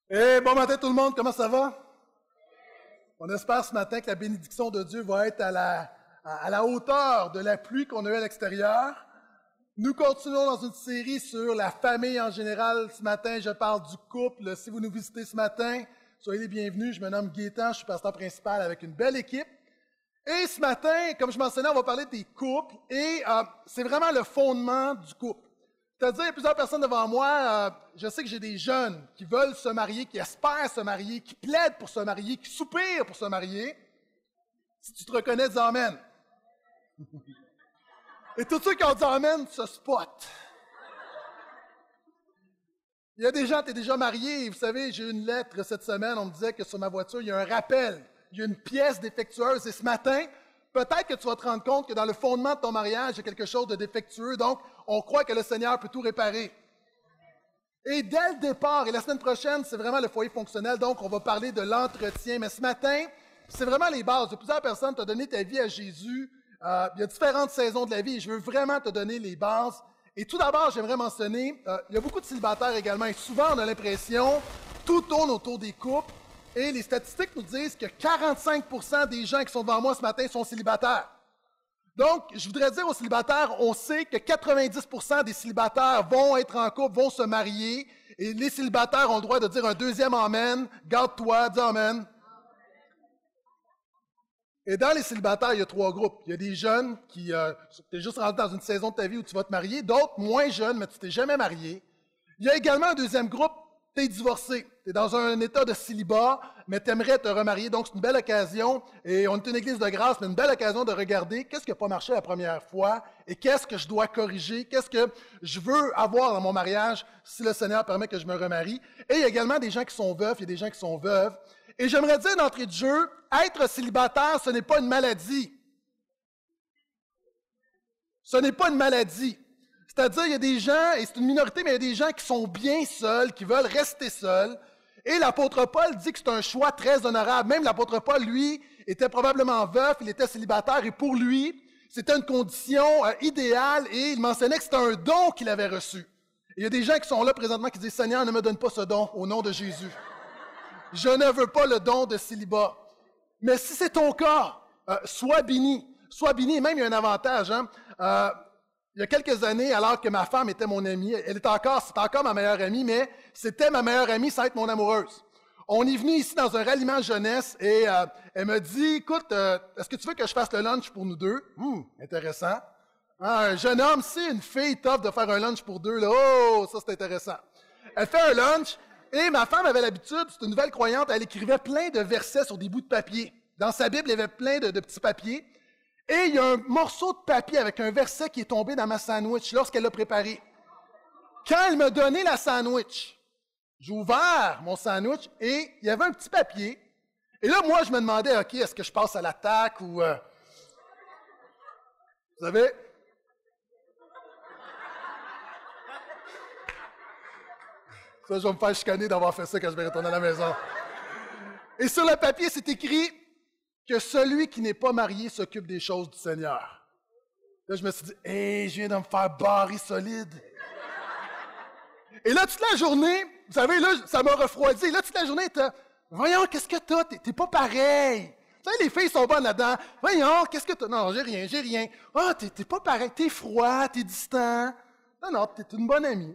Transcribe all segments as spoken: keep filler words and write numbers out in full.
Eh, bon matin tout le monde, comment ça va? On espère ce matin que la bénédiction de Dieu va être à la, à la hauteur de la pluie qu'on a eue à l'extérieur. Nous continuons dans une série sur la famille en général. Ce matin, je parle du couple. Si vous nous visitez ce matin, soyez les bienvenus. Je me nomme Gaétan, je suis pasteur principal avec une belle équipe. Et ce matin, comme je mentionnais, on va parler des couples et euh, c'est vraiment le fondement du couple. C'est-à-dire, il y a plusieurs personnes devant moi, euh, je sais que j'ai des jeunes qui veulent se marier, qui espèrent se marier, qui plaident pour se marier, qui soupirent pour se marier. Si tu te reconnais, dis Amen. Et tous ceux qui ont dit Amen se spotent. Il y a des gens, tu es déjà marié, vous savez, j'ai eu une lettre cette semaine, on me disait que sur ma voiture, il y a un rappel, il y a une pièce défectueuse, et ce matin, peut-être que tu vas te rendre compte que dans le fondement de ton mariage, il y a quelque chose de défectueux, donc on croit que le Seigneur peut tout réparer. Et dès le départ, et la semaine prochaine, c'est vraiment le foyer fonctionnel, donc on va parler de l'entretien, mais ce matin, c'est vraiment les bases. Il y a plusieurs personnes, tu as donné ta vie à Jésus, euh, il y a différentes saisons de la vie, et je veux vraiment te donner les bases. Et tout d'abord, j'aimerais mentionner, euh, il y a beaucoup de célibataires également, et souvent on a l'impression, tout tourne autour des couples, et les statistiques nous disent que quarante-cinq pour cent des gens qui sont devant moi ce matin sont célibataires. Donc, je voudrais dire aux célibataires, on sait que quatre-vingt-dix pour cent des célibataires vont être en couple, vont se marier, et les célibataires ont le droit de dire un deuxième Amen. Garde-toi, dis Amen. Et dans les célibataires, il y a trois groupes. Il y a des jeunes qui, euh, tu es juste rentré dans une saison de ta vie où tu vas te marier, d'autres moins jeunes, mais tu t'es jamais marié. Il y a également un deuxième groupe, tu es divorcé, tu es dans un état de célibat, mais tu aimerais te remarier, donc c'est une belle occasion, et on est une église de grâce, mais une belle occasion de regarder qu'est-ce qui n'a pas marché la première fois, et qu'est-ce que je dois corriger, qu'est-ce que je veux avoir dans mon mariage si le Seigneur permet que je me remarie. Et il y a également des gens qui sont veufs, il y a des gens qui sont veuves. Et j'aimerais dire d'entrée de jeu, être célibataire, ce n'est pas une maladie. Ce n'est pas une maladie. C'est-à-dire, il y a des gens, et c'est une minorité, mais il y a des gens qui sont bien seuls, qui veulent rester seuls. Et l'apôtre Paul dit que c'est un choix très honorable. Même l'apôtre Paul, lui, était probablement veuf, il était célibataire, et pour lui, c'était une condition euh, idéale, et il mentionnait que c'était un don qu'il avait reçu. Et il y a des gens qui sont là présentement qui disent « Seigneur, ne me donne pas ce don au nom de Jésus. Je ne veux pas le don de célibat. » Mais si c'est ton cas, euh, sois béni. Sois béni, et même il y a un avantage, hein. Euh, Il y a quelques années, alors que ma femme était mon amie, elle est encore, c'est encore ma meilleure amie, mais c'était ma meilleure amie sans être mon amoureuse. On est venu ici dans un ralliement jeunesse et euh, elle me dit, écoute, euh, est-ce que tu veux que je fasse le lunch pour nous deux? Hum, intéressant. Ah, un jeune homme, si une fille t'offre de faire un lunch pour deux, là, oh, ça c'est intéressant. Elle fait un lunch et ma femme avait l'habitude, c'est une nouvelle croyante, elle écrivait plein de versets sur des bouts de papier. Dans sa Bible, il y avait plein de, de petits papiers. Et il y a un morceau de papier avec un verset qui est tombé dans ma sandwich lorsqu'elle l'a préparé. Quand elle m'a donné la sandwich, j'ai ouvert mon sandwich et il y avait un petit papier. Et là, moi, je me demandais, OK, est-ce que je passe à l'attaque ou... Euh... Vous savez? Ça, je vais me faire chicaner d'avoir fait ça quand je vais retourner à la maison. Et sur le papier, c'est écrit... que celui qui n'est pas marié s'occupe des choses du Seigneur. Là, je me suis dit, hé, hey, je viens de me faire barrer solide. Et là, toute la journée, vous savez, là, ça m'a refroidi. Là, toute la journée, t'as, voyons, qu'est-ce que t'as? T'es, t'es pas pareil. Vous savez, les filles sont bonnes là-dedans. Voyons, qu'est-ce que t'as? Non, j'ai rien, j'ai rien. Ah, oh, t'es, t'es pas pareil. T'es froid, t'es distant. Non, non, t'es une bonne amie.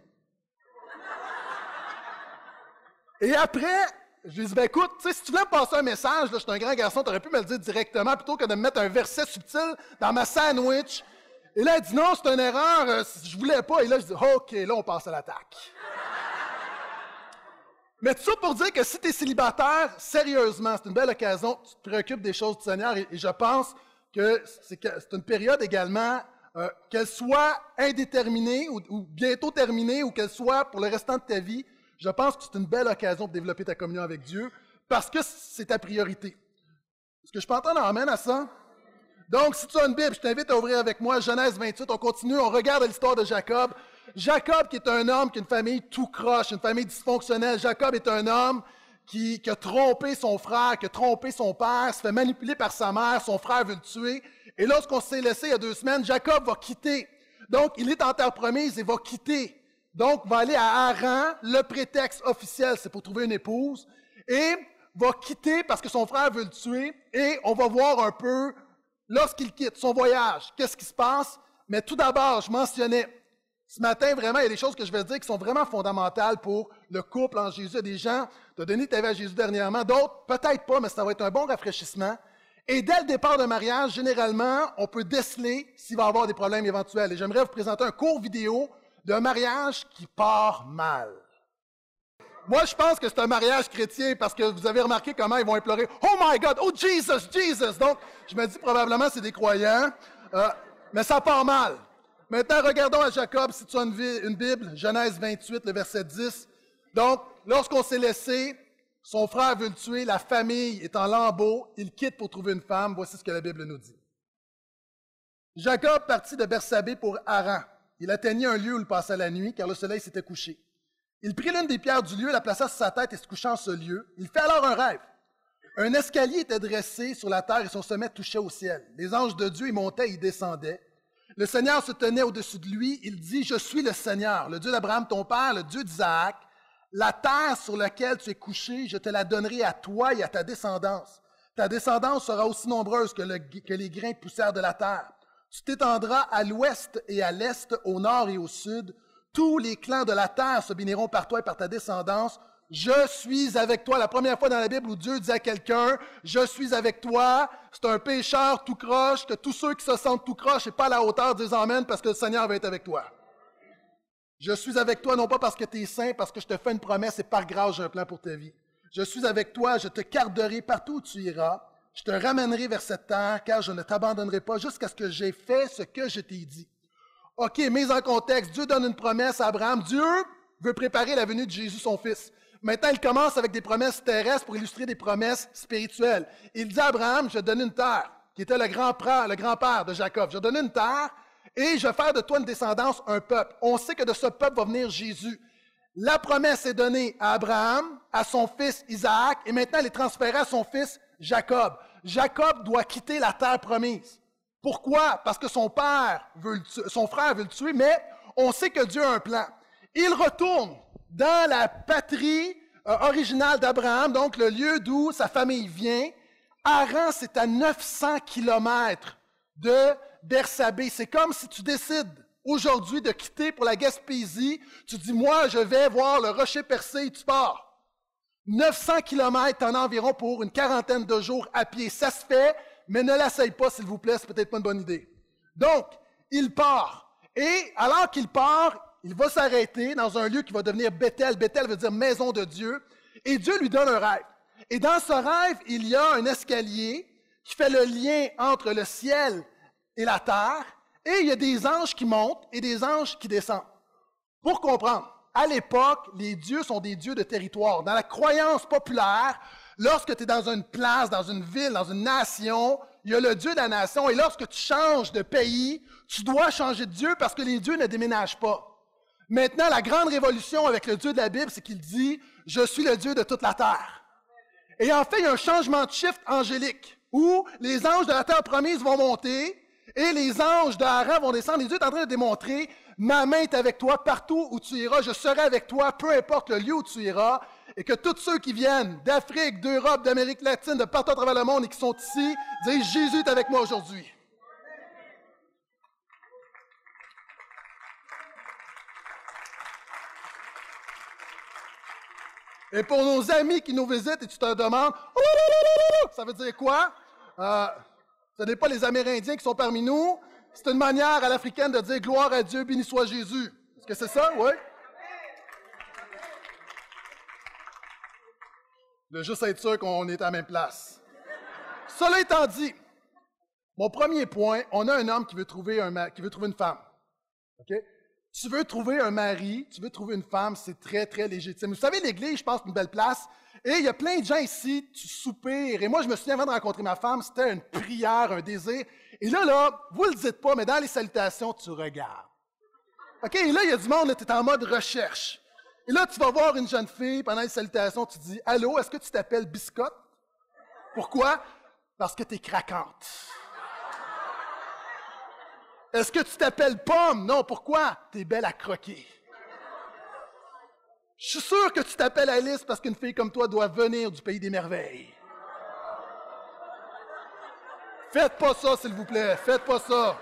Et après, je lui ai dit, ben écoute, tu sais, si tu voulais me passer un message, là, je suis un grand garçon, tu aurais pu me le dire directement plutôt que de me mettre un verset subtil dans ma sandwich. Et là, elle dit, non, c'est une erreur, euh, je voulais pas. Et là, je dis, OK, là, on passe à l'attaque. Mais tout ça pour dire que si tu es célibataire, sérieusement, c'est une belle occasion, tu te préoccupes des choses du Seigneur. Et, et je pense que c'est, que c'est une période également, euh, qu'elle soit indéterminée ou, ou bientôt terminée ou qu'elle soit pour le restant de ta vie, je pense que c'est une belle occasion de développer ta communion avec Dieu parce que c'est ta priorité. Est-ce que je peux entendre amène à ça? Donc, si tu as une Bible, je t'invite à ouvrir avec moi Genèse vingt-huit. On continue, on regarde l'histoire de Jacob. Jacob qui est un homme qui a une famille tout croche, une famille dysfonctionnelle. Jacob est un homme qui, qui a trompé son frère, qui a trompé son père, se fait manipuler par sa mère, son frère veut le tuer. Et lorsqu'on s'est laissé il y a deux semaines, Jacob va quitter. Donc, il est en terre promise et va quitter donc va aller à Haran, le prétexte officiel, c'est pour trouver une épouse, et va quitter parce que son frère veut le tuer, et on va voir un peu, lorsqu'il quitte son voyage, qu'est-ce qui se passe. Mais tout d'abord, je mentionnais, ce matin, vraiment, il y a des choses que je vais dire qui sont vraiment fondamentales pour le couple en Jésus. Il y a des gens, tu as donné ta vie à Jésus dernièrement, d'autres, peut-être pas, mais ça va être un bon rafraîchissement. Et dès le départ d'un mariage, généralement, on peut déceler s'il va y avoir des problèmes éventuels. Et j'aimerais vous présenter un court vidéo d'un mariage qui part mal. Moi, je pense que c'est un mariage chrétien parce que vous avez remarqué comment ils vont implorer « Oh my God! Oh Jesus! Jesus! » Donc, je me dis probablement c'est des croyants, euh, mais ça part mal. Maintenant, regardons à Jacob, si tu as une, une Bible, Genèse vingt-huit, le verset dix. Donc, lorsqu'on s'est laissé, son frère veut le tuer, la famille est en lambeaux, il quitte pour trouver une femme. Voici ce que la Bible nous dit. Jacob partit de Bersabée pour Haran. Il atteignit un lieu où il passa la nuit, car le soleil s'était couché. Il prit l'une des pierres du lieu, la plaça sur sa tête et se coucha en ce lieu. Il fit alors un rêve. Un escalier était dressé sur la terre et son sommet touchait au ciel. Les anges de Dieu y montaient et y descendaient. Le Seigneur se tenait au-dessus de lui. Il dit, « Je suis le Seigneur, le Dieu d'Abraham, ton père, le Dieu d'Isaac. La terre sur laquelle tu es couché, je te la donnerai à toi et à ta descendance. Ta descendance sera aussi nombreuse que, le, que les grains poussières de la terre. Tu t'étendras à l'ouest et à l'est, au nord et au sud. Tous les clans de la terre se béniront par toi et par ta descendance. Je suis avec toi. » La première fois dans la Bible où Dieu dit à quelqu'un, « Je suis avec toi », c'est un pécheur tout croche, que tous ceux qui se sentent tout croche et pas à la hauteur disent Amen parce que le Seigneur va être avec toi. Je suis avec toi, non pas parce que tu es saint, parce que je te fais une promesse et par grâce, j'ai un plan pour ta vie. Je suis avec toi, je te garderai partout où tu iras. Je te ramènerai vers cette terre, car je ne t'abandonnerai pas jusqu'à ce que j'ai fait ce que je t'ai dit. OK, mise en contexte, Dieu donne une promesse à Abraham. Dieu veut préparer la venue de Jésus, son fils. Maintenant, il commence avec des promesses terrestres pour illustrer des promesses spirituelles. Il dit à Abraham, je vais te donner une terre, qui était le grand-père, le grand-père de Jacob. Je vais te donner une terre et je vais faire de toi une descendance, un peuple. On sait que de ce peuple va venir Jésus. La promesse est donnée à Abraham, à son fils Isaac, et maintenant elle est transférée à son fils Jacob. Jacob doit quitter la terre promise. Pourquoi? Parce que son père veut le tuer, son frère veut le tuer, mais on sait que Dieu a un plan. Il retourne dans la patrie euh, originale d'Abraham, donc le lieu d'où sa famille vient. Haran, c'est à neuf cents kilomètres de Bersabée. C'est comme si tu décides aujourd'hui de quitter pour la Gaspésie. Tu dis, moi, je vais voir le rocher percé et tu pars. neuf cents kilomètres en environ pour une quarantaine de jours à pied. Ça se fait, mais ne l'essaye pas, s'il vous plaît, c'est peut-être pas une bonne idée. Donc, il part. Et alors qu'il part, il va s'arrêter dans un lieu qui va devenir Bethel. Bethel veut dire maison de Dieu. Et Dieu lui donne un rêve. Et dans ce rêve, il y a un escalier qui fait le lien entre le ciel et la terre. Et il y a des anges qui montent et des anges qui descendent. Pour comprendre, à l'époque, les dieux sont des dieux de territoire. Dans la croyance populaire, lorsque tu es dans une place, dans une ville, dans une nation, il y a le Dieu de la nation. Et lorsque tu changes de pays, tu dois changer de Dieu parce que les dieux ne déménagent pas. Maintenant, la grande révolution avec le Dieu de la Bible, c'est qu'il dit « Je suis le Dieu de toute la terre ». Et en fait, il y a un changement de shift angélique où les anges de la terre promise vont monter et les anges d'Aaron vont descendre. Et Dieu est en train de démontrer « Ma main est avec toi partout où tu iras, je serai avec toi, peu importe le lieu où tu iras. » Et que tous ceux qui viennent d'Afrique, d'Europe, d'Amérique latine, de partout à travers le monde et qui sont ici, disent « Jésus est avec moi aujourd'hui ». Et pour nos amis qui nous visitent et tu te demandes, ça veut dire quoi? Euh, ce n'est pas les Amérindiens qui sont parmi nous. C'est une manière à l'africaine de dire gloire à Dieu, béni soit Jésus. Est-ce que c'est ça? Oui? Je veux juste être sûr qu'on est à la même place. Cela étant dit, mon premier point, on a un homme qui veut trouver, un, qui veut trouver une femme. OK? Tu veux trouver un mari, tu veux trouver une femme, c'est très, très légitime. Vous savez, l'Église, je pense, c'est une belle place. Et il y a plein de gens ici, tu soupires. Et moi, je me souviens, avant de rencontrer ma femme, c'était une prière, un désir. Et là, là, vous le dites pas, mais dans les salutations, tu regardes. OK? Et là, il y a du monde, tu es en mode recherche. Et là, tu vas voir une jeune fille, pendant les salutations, tu dis, « Allô, est-ce que tu t'appelles Biscotte? » Pourquoi? Parce que tu es craquante. Est-ce que tu t'appelles Pomme? Non, pourquoi? T'es belle à croquer. Je suis sûr que tu t'appelles Alice parce qu'une fille comme toi doit venir du pays des merveilles. Faites pas ça, s'il vous plaît. Faites pas ça.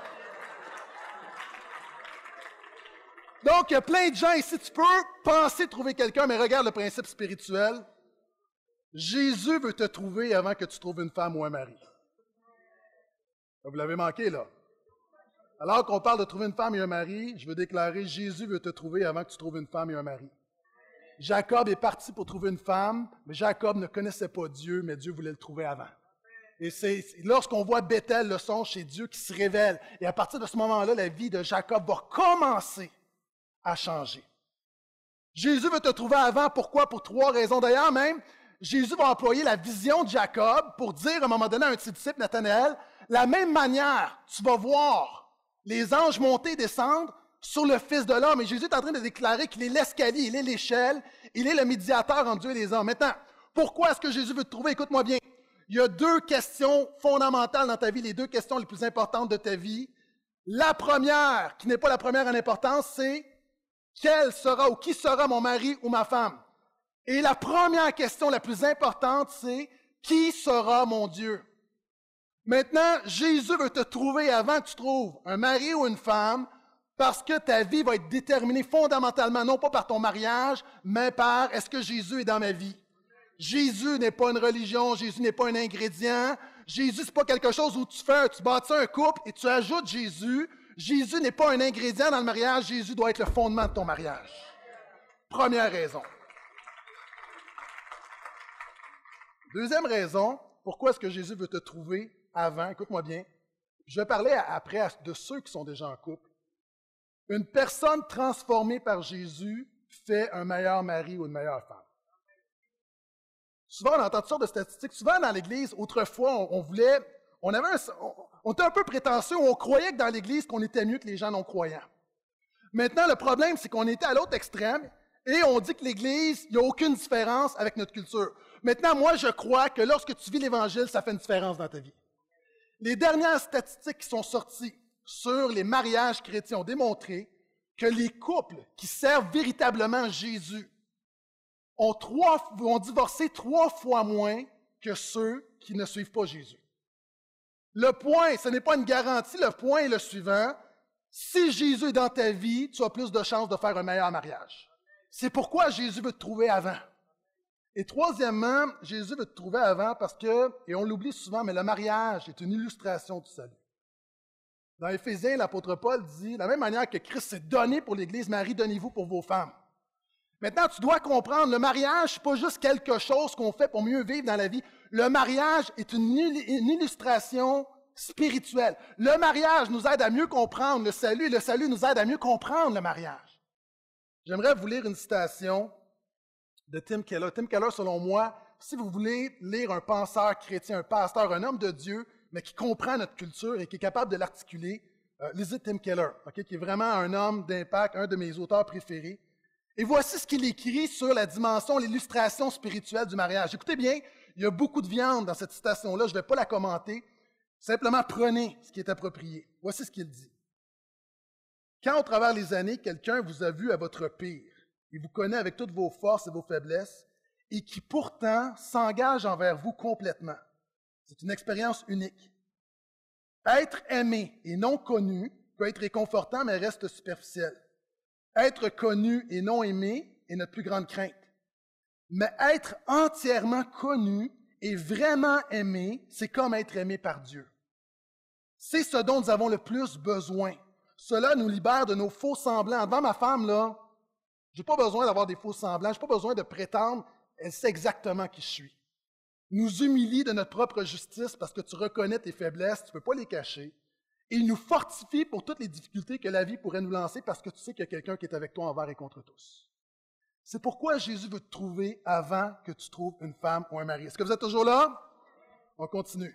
Donc, il y a plein de gens ici, tu peux penser trouver quelqu'un, mais regarde le principe spirituel. Jésus veut te trouver avant que tu trouves une femme ou un mari. Vous l'avez manqué, là. Alors qu'on parle de trouver une femme et un mari, je veux déclarer, Jésus veut te trouver avant que tu trouves une femme et un mari. Jacob est parti pour trouver une femme, mais Jacob ne connaissait pas Dieu, mais Dieu voulait le trouver avant. Et c'est lorsqu'on voit Bethel, le songe, c'est Dieu qui se révèle. Et à partir de ce moment-là, la vie de Jacob va commencer à changer. Jésus veut te trouver avant, pourquoi? Pour trois raisons. D'ailleurs, même, Jésus va employer la vision de Jacob pour dire à un moment donné à un de ses disciples, Nathanaël, la même manière, tu vas voir les anges monter et descendre sur le Fils de l'homme. Et Jésus est en train de déclarer qu'il est l'escalier, il est l'échelle, il est le médiateur entre Dieu et les hommes. Maintenant, pourquoi est-ce que Jésus veut te trouver? Écoute-moi bien. Il y a deux questions fondamentales dans ta vie, les deux questions les plus importantes de ta vie. La première, qui n'est pas la première en importance, c'est quel sera ou qui sera mon mari ou ma femme? Et la première question la plus importante, c'est qui sera mon Dieu? Maintenant, Jésus veut te trouver avant que tu trouves un mari ou une femme, parce que ta vie va être déterminée fondamentalement, non pas par ton mariage, mais par est-ce que Jésus est dans ma vie? Jésus n'est pas une religion, Jésus n'est pas un ingrédient. Jésus, c'est pas quelque chose où tu fais, tu bâtis un couple et tu ajoutes Jésus. Jésus n'est pas un ingrédient dans le mariage, Jésus doit être le fondement de ton mariage. Première raison. Deuxième raison, pourquoi est-ce que Jésus veut te trouver avant? Écoute-moi bien. Je vais parler après de ceux qui sont déjà en couple. Une personne transformée par Jésus fait un meilleur mari ou une meilleure femme. Souvent, on entend toutes sortes de statistiques. Souvent, dans l'Église, autrefois, on, on voulait... On, avait un, on, on était un peu prétentieux, on croyait que dans l'Église, qu'on était mieux que les gens non-croyants. Maintenant, le problème, c'est qu'on était à l'autre extrême et on dit que l'Église, il n'y a aucune différence avec notre culture. Maintenant, moi, je crois que lorsque tu vis l'Évangile, ça fait une différence dans ta vie. Les dernières statistiques qui sont sorties sur les mariages chrétiens ont démontré que les couples qui servent véritablement Jésus ont, trois, ont divorcé trois fois moins que ceux qui ne suivent pas Jésus. Le point, ce n'est pas une garantie, le point est le suivant. Si Jésus est dans ta vie, tu as plus de chances de faire un meilleur mariage. C'est pourquoi Jésus veut te trouver avant. Et troisièmement, Jésus veut te trouver avant parce que, et on l'oublie souvent, mais le mariage est une illustration du salut. Dans Éphésiens, l'apôtre Paul dit, de la même manière que Christ s'est donné pour l'Église, Marie, donnez-vous pour vos femmes. Maintenant, tu dois comprendre, le mariage, ce n'est pas juste quelque chose qu'on fait pour mieux vivre dans la vie. Le mariage est une, une illustration spirituelle. Le mariage nous aide à mieux comprendre le salut et le salut nous aide à mieux comprendre le mariage. J'aimerais vous lire une citation de Tim Keller. Tim Keller, selon moi, si vous voulez lire un penseur chrétien, un pasteur, un homme de Dieu, mais qui comprend notre culture et qui est capable de l'articuler, euh, lisez Tim Keller, okay, qui est vraiment un homme d'impact, un de mes auteurs préférés. Et voici ce qu'il écrit sur la dimension, l'illustration spirituelle du mariage. Écoutez bien, il y a beaucoup de viande dans cette citation-là, je ne vais pas la commenter. Simplement prenez ce qui est approprié. Voici ce qu'il dit. Quand, au travers des années, quelqu'un vous a vu à votre pire, il vous connaît avec toutes vos forces et vos faiblesses, et qui pourtant s'engage envers vous complètement. C'est une expérience unique. Être aimé et non connu peut être réconfortant, mais reste superficiel. Être connu et non aimé est notre plus grande crainte. Mais être entièrement connu et vraiment aimé, c'est comme être aimé par Dieu. C'est ce dont nous avons le plus besoin. Cela nous libère de nos faux semblants. Devant ma femme, là, je n'ai pas besoin d'avoir des faux semblants, je n'ai pas besoin de prétendre, elle sait exactement qui je suis. Nous humilie de notre propre justice parce que tu reconnais tes faiblesses, tu ne peux pas les cacher. Et il nous fortifie pour toutes les difficultés que la vie pourrait nous lancer parce que tu sais qu'il y a quelqu'un qui est avec toi envers et contre tous. C'est pourquoi Jésus veut te trouver avant que tu trouves une femme ou un mari. Est-ce que vous êtes toujours là? On continue.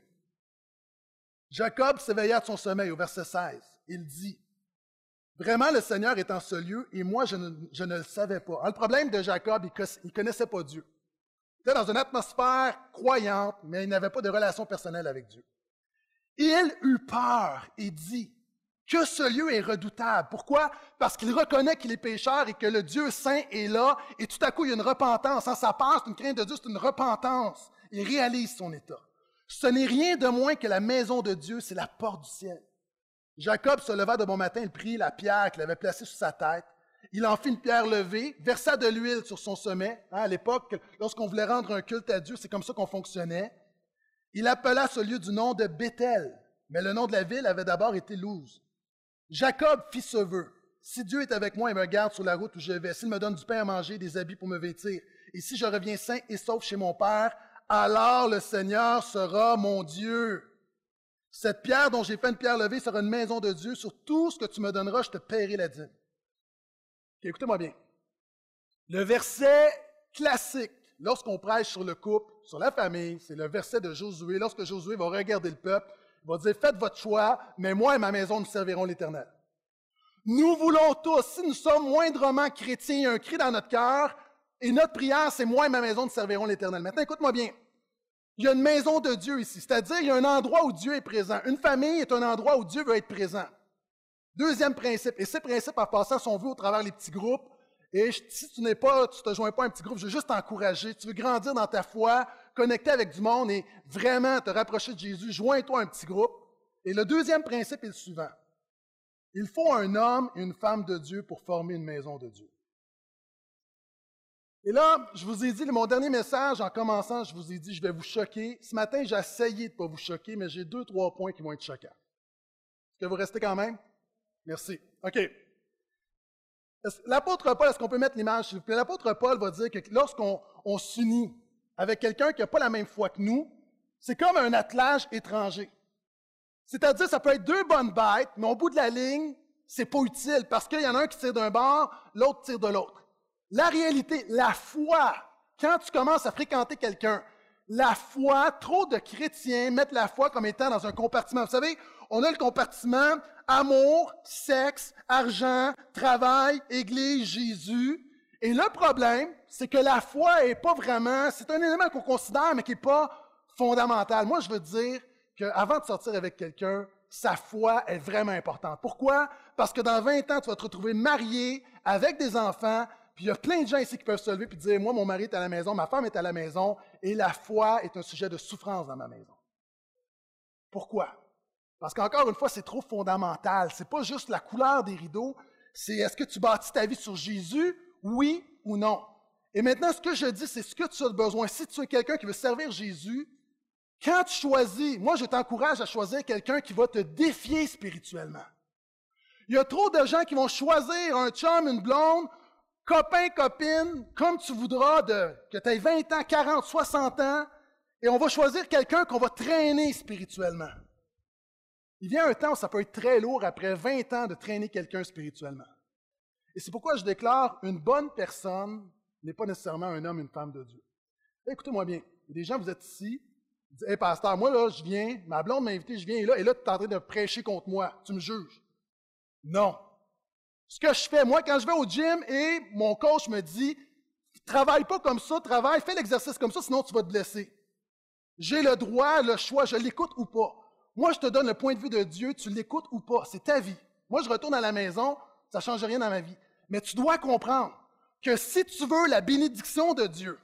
Jacob s'éveilla de son sommeil au verset seize. Il dit, « Vraiment, le Seigneur est en ce lieu et moi, je ne, je ne le savais pas. » Alors, le problème de Jacob, il ne connaissait pas Dieu. Il était dans une atmosphère croyante, mais il n'avait pas de relation personnelle avec Dieu. Et il eut peur et dit, que ce lieu est redoutable. Pourquoi? Parce qu'il reconnaît qu'il est pécheur et que le Dieu saint est là, et tout à coup, il y a une repentance. En sa part, c'est une crainte de Dieu, c'est une repentance. Il réalise son état. Ce n'est rien de moins que la maison de Dieu, c'est la porte du ciel. Jacob se leva de bon matin, il prit la pierre qu'il avait placée sur sa tête. Il en fit une pierre levée, versa de l'huile sur son sommet. Hein, à l'époque, lorsqu'on voulait rendre un culte à Dieu, c'est comme ça qu'on fonctionnait. Il appela ce lieu du nom de Béthel, mais le nom de la ville avait d'abord été Luz. Jacob fit ce vœu. Si Dieu est avec moi et me garde sur la route où je vais, s'il me donne du pain à manger et des habits pour me vêtir, et si je reviens sain et sauf chez mon Père, alors le Seigneur sera mon Dieu. Cette pierre dont j'ai fait une pierre levée sera une maison de Dieu. Sur tout ce que tu me donneras, je te paierai la dîme. Okay, écoutez-moi bien. Le verset classique, lorsqu'on prêche sur le couple, sur la famille, c'est le verset de Josué. Lorsque Josué va regarder le peuple, il va dire, faites votre choix, mais moi et ma maison, nous servirons l'Éternel. Nous voulons tous, si nous sommes moindrement chrétiens, il y a un cri dans notre cœur, et notre prière, c'est moi et ma maison, nous servirons l'Éternel. Maintenant, écoute-moi bien. Il y a une maison de Dieu ici, c'est-à-dire il y a un endroit où Dieu est présent. Une famille est un endroit où Dieu veut être présent. Deuxième principe, et ces principes en passant sont vus au travers les petits groupes. Et si tu n'es pas, tu te joins pas à un petit groupe, je veux juste t'encourager. Tu veux grandir dans ta foi, connecter avec du monde et vraiment te rapprocher de Jésus, joins-toi à un petit groupe. Et le deuxième principe est le suivant. Il faut un homme et une femme de Dieu pour former une maison de Dieu. Et là, je vous ai dit, mon dernier message, en commençant, je vous ai dit, je vais vous choquer. Ce matin, j'ai essayé de ne pas vous choquer, mais j'ai deux, trois points qui vont être choquants. Est-ce que vous restez quand même? Merci. OK. L'apôtre Paul, est-ce qu'on peut mettre l'image, s'il vous plaît? L'apôtre Paul va dire que lorsqu'on on s'unit avec quelqu'un qui n'a pas la même foi que nous, c'est comme un attelage étranger. C'est-à-dire, ça peut être deux bonnes bêtes, mais au bout de la ligne, c'est pas utile parce qu'il y en a un qui tire d'un bord, l'autre tire de l'autre. La réalité, la foi, quand tu commences à fréquenter quelqu'un, la foi, trop de chrétiens mettent la foi comme étant dans un compartiment. Vous savez, on a le compartiment amour, sexe, argent, travail, Église, Jésus. Et le problème, c'est que la foi n'est pas vraiment, c'est un élément qu'on considère, mais qui n'est pas fondamental. Moi, je veux dire qu'avant de sortir avec quelqu'un, sa foi est vraiment importante. Pourquoi? Parce que dans vingt ans, tu vas te retrouver marié, avec des enfants, puis il y a plein de gens ici qui peuvent se lever et dire, moi, mon mari est à la maison, ma femme est à la maison, et la foi est un sujet de souffrance dans ma maison. Pourquoi? Parce qu'encore une fois, c'est trop fondamental. C'est pas juste la couleur des rideaux, c'est est-ce que tu bâtis ta vie sur Jésus, oui ou non? Et maintenant, ce que je dis, c'est ce que tu as besoin. Si tu es quelqu'un qui veut servir Jésus, quand tu choisis, moi, je t'encourage à choisir quelqu'un qui va te défier spirituellement. Il y a trop de gens qui vont choisir un chum, une blonde, copain, copine, comme tu voudras, de, que tu aies vingt ans, quarante, soixante ans, et on va choisir quelqu'un qu'on va traîner spirituellement. Il vient un temps où ça peut être très lourd après vingt ans de traîner quelqu'un spirituellement. Et c'est pourquoi je déclare une bonne personne n'est pas nécessairement un homme, une femme de Dieu. Écoutez-moi bien, il y a des gens, vous êtes ici, vous dites, hey, pasteur, moi là, je viens, ma blonde m'a invité, je viens, et là, et là, tu es en train de prêcher contre moi, tu me juges. Non. Ce que je fais, moi, quand je vais au gym et mon coach me dit, travaille pas comme ça, travaille, fais l'exercice comme ça, sinon tu vas te blesser. J'ai le droit, le choix, je l'écoute ou pas. Moi, je te donne le point de vue de Dieu, tu l'écoutes ou pas, c'est ta vie. Moi, je retourne à la maison, ça ne change rien dans ma vie. Mais tu dois comprendre que si tu veux la bénédiction de Dieu,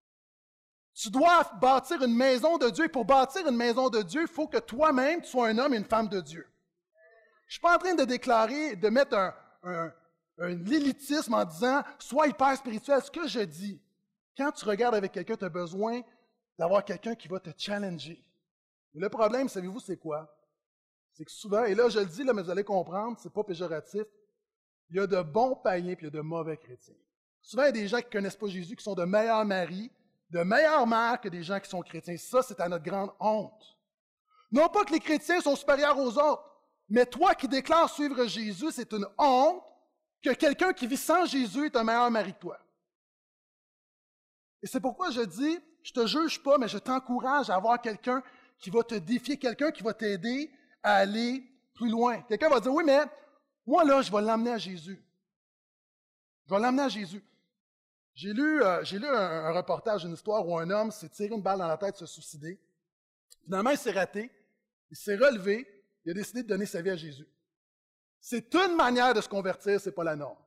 tu dois bâtir une maison de Dieu. Et pour bâtir une maison de Dieu, il faut que toi-même, tu sois un homme et une femme de Dieu. Je ne suis pas en train de déclarer, de mettre un, un, un élitisme en disant « sois hyper spirituel ». Ce que je dis, quand tu regardes avec quelqu'un, tu as besoin d'avoir quelqu'un qui va te challenger. Et le problème, savez-vous, c'est quoi? C'est que souvent, et là je le dis, là, mais vous allez comprendre, c'est pas péjoratif, il y a de bons païens et il y a de mauvais chrétiens. Souvent, il y a des gens qui ne connaissent pas Jésus, qui sont de meilleurs maris, de meilleures mères que des gens qui sont chrétiens. Ça, c'est à notre grande honte. Non pas que les chrétiens sont supérieurs aux autres, mais toi qui déclares suivre Jésus, c'est une honte que quelqu'un qui vit sans Jésus est un meilleur mari que toi. Et c'est pourquoi je dis, je ne te juge pas, mais je t'encourage à avoir quelqu'un qui va te défier, quelqu'un qui va t'aider à aller plus loin. Quelqu'un va dire, oui, mais moi, là, je vais l'emmener à Jésus. Je vais l'emmener à Jésus. J'ai lu, euh, j'ai lu un, un reportage, une histoire où un homme s'est tiré une balle dans la tête, se suicider. Finalement, il s'est raté, il s'est relevé, il a décidé de donner sa vie à Jésus. C'est une manière de se convertir, c'est pas la norme.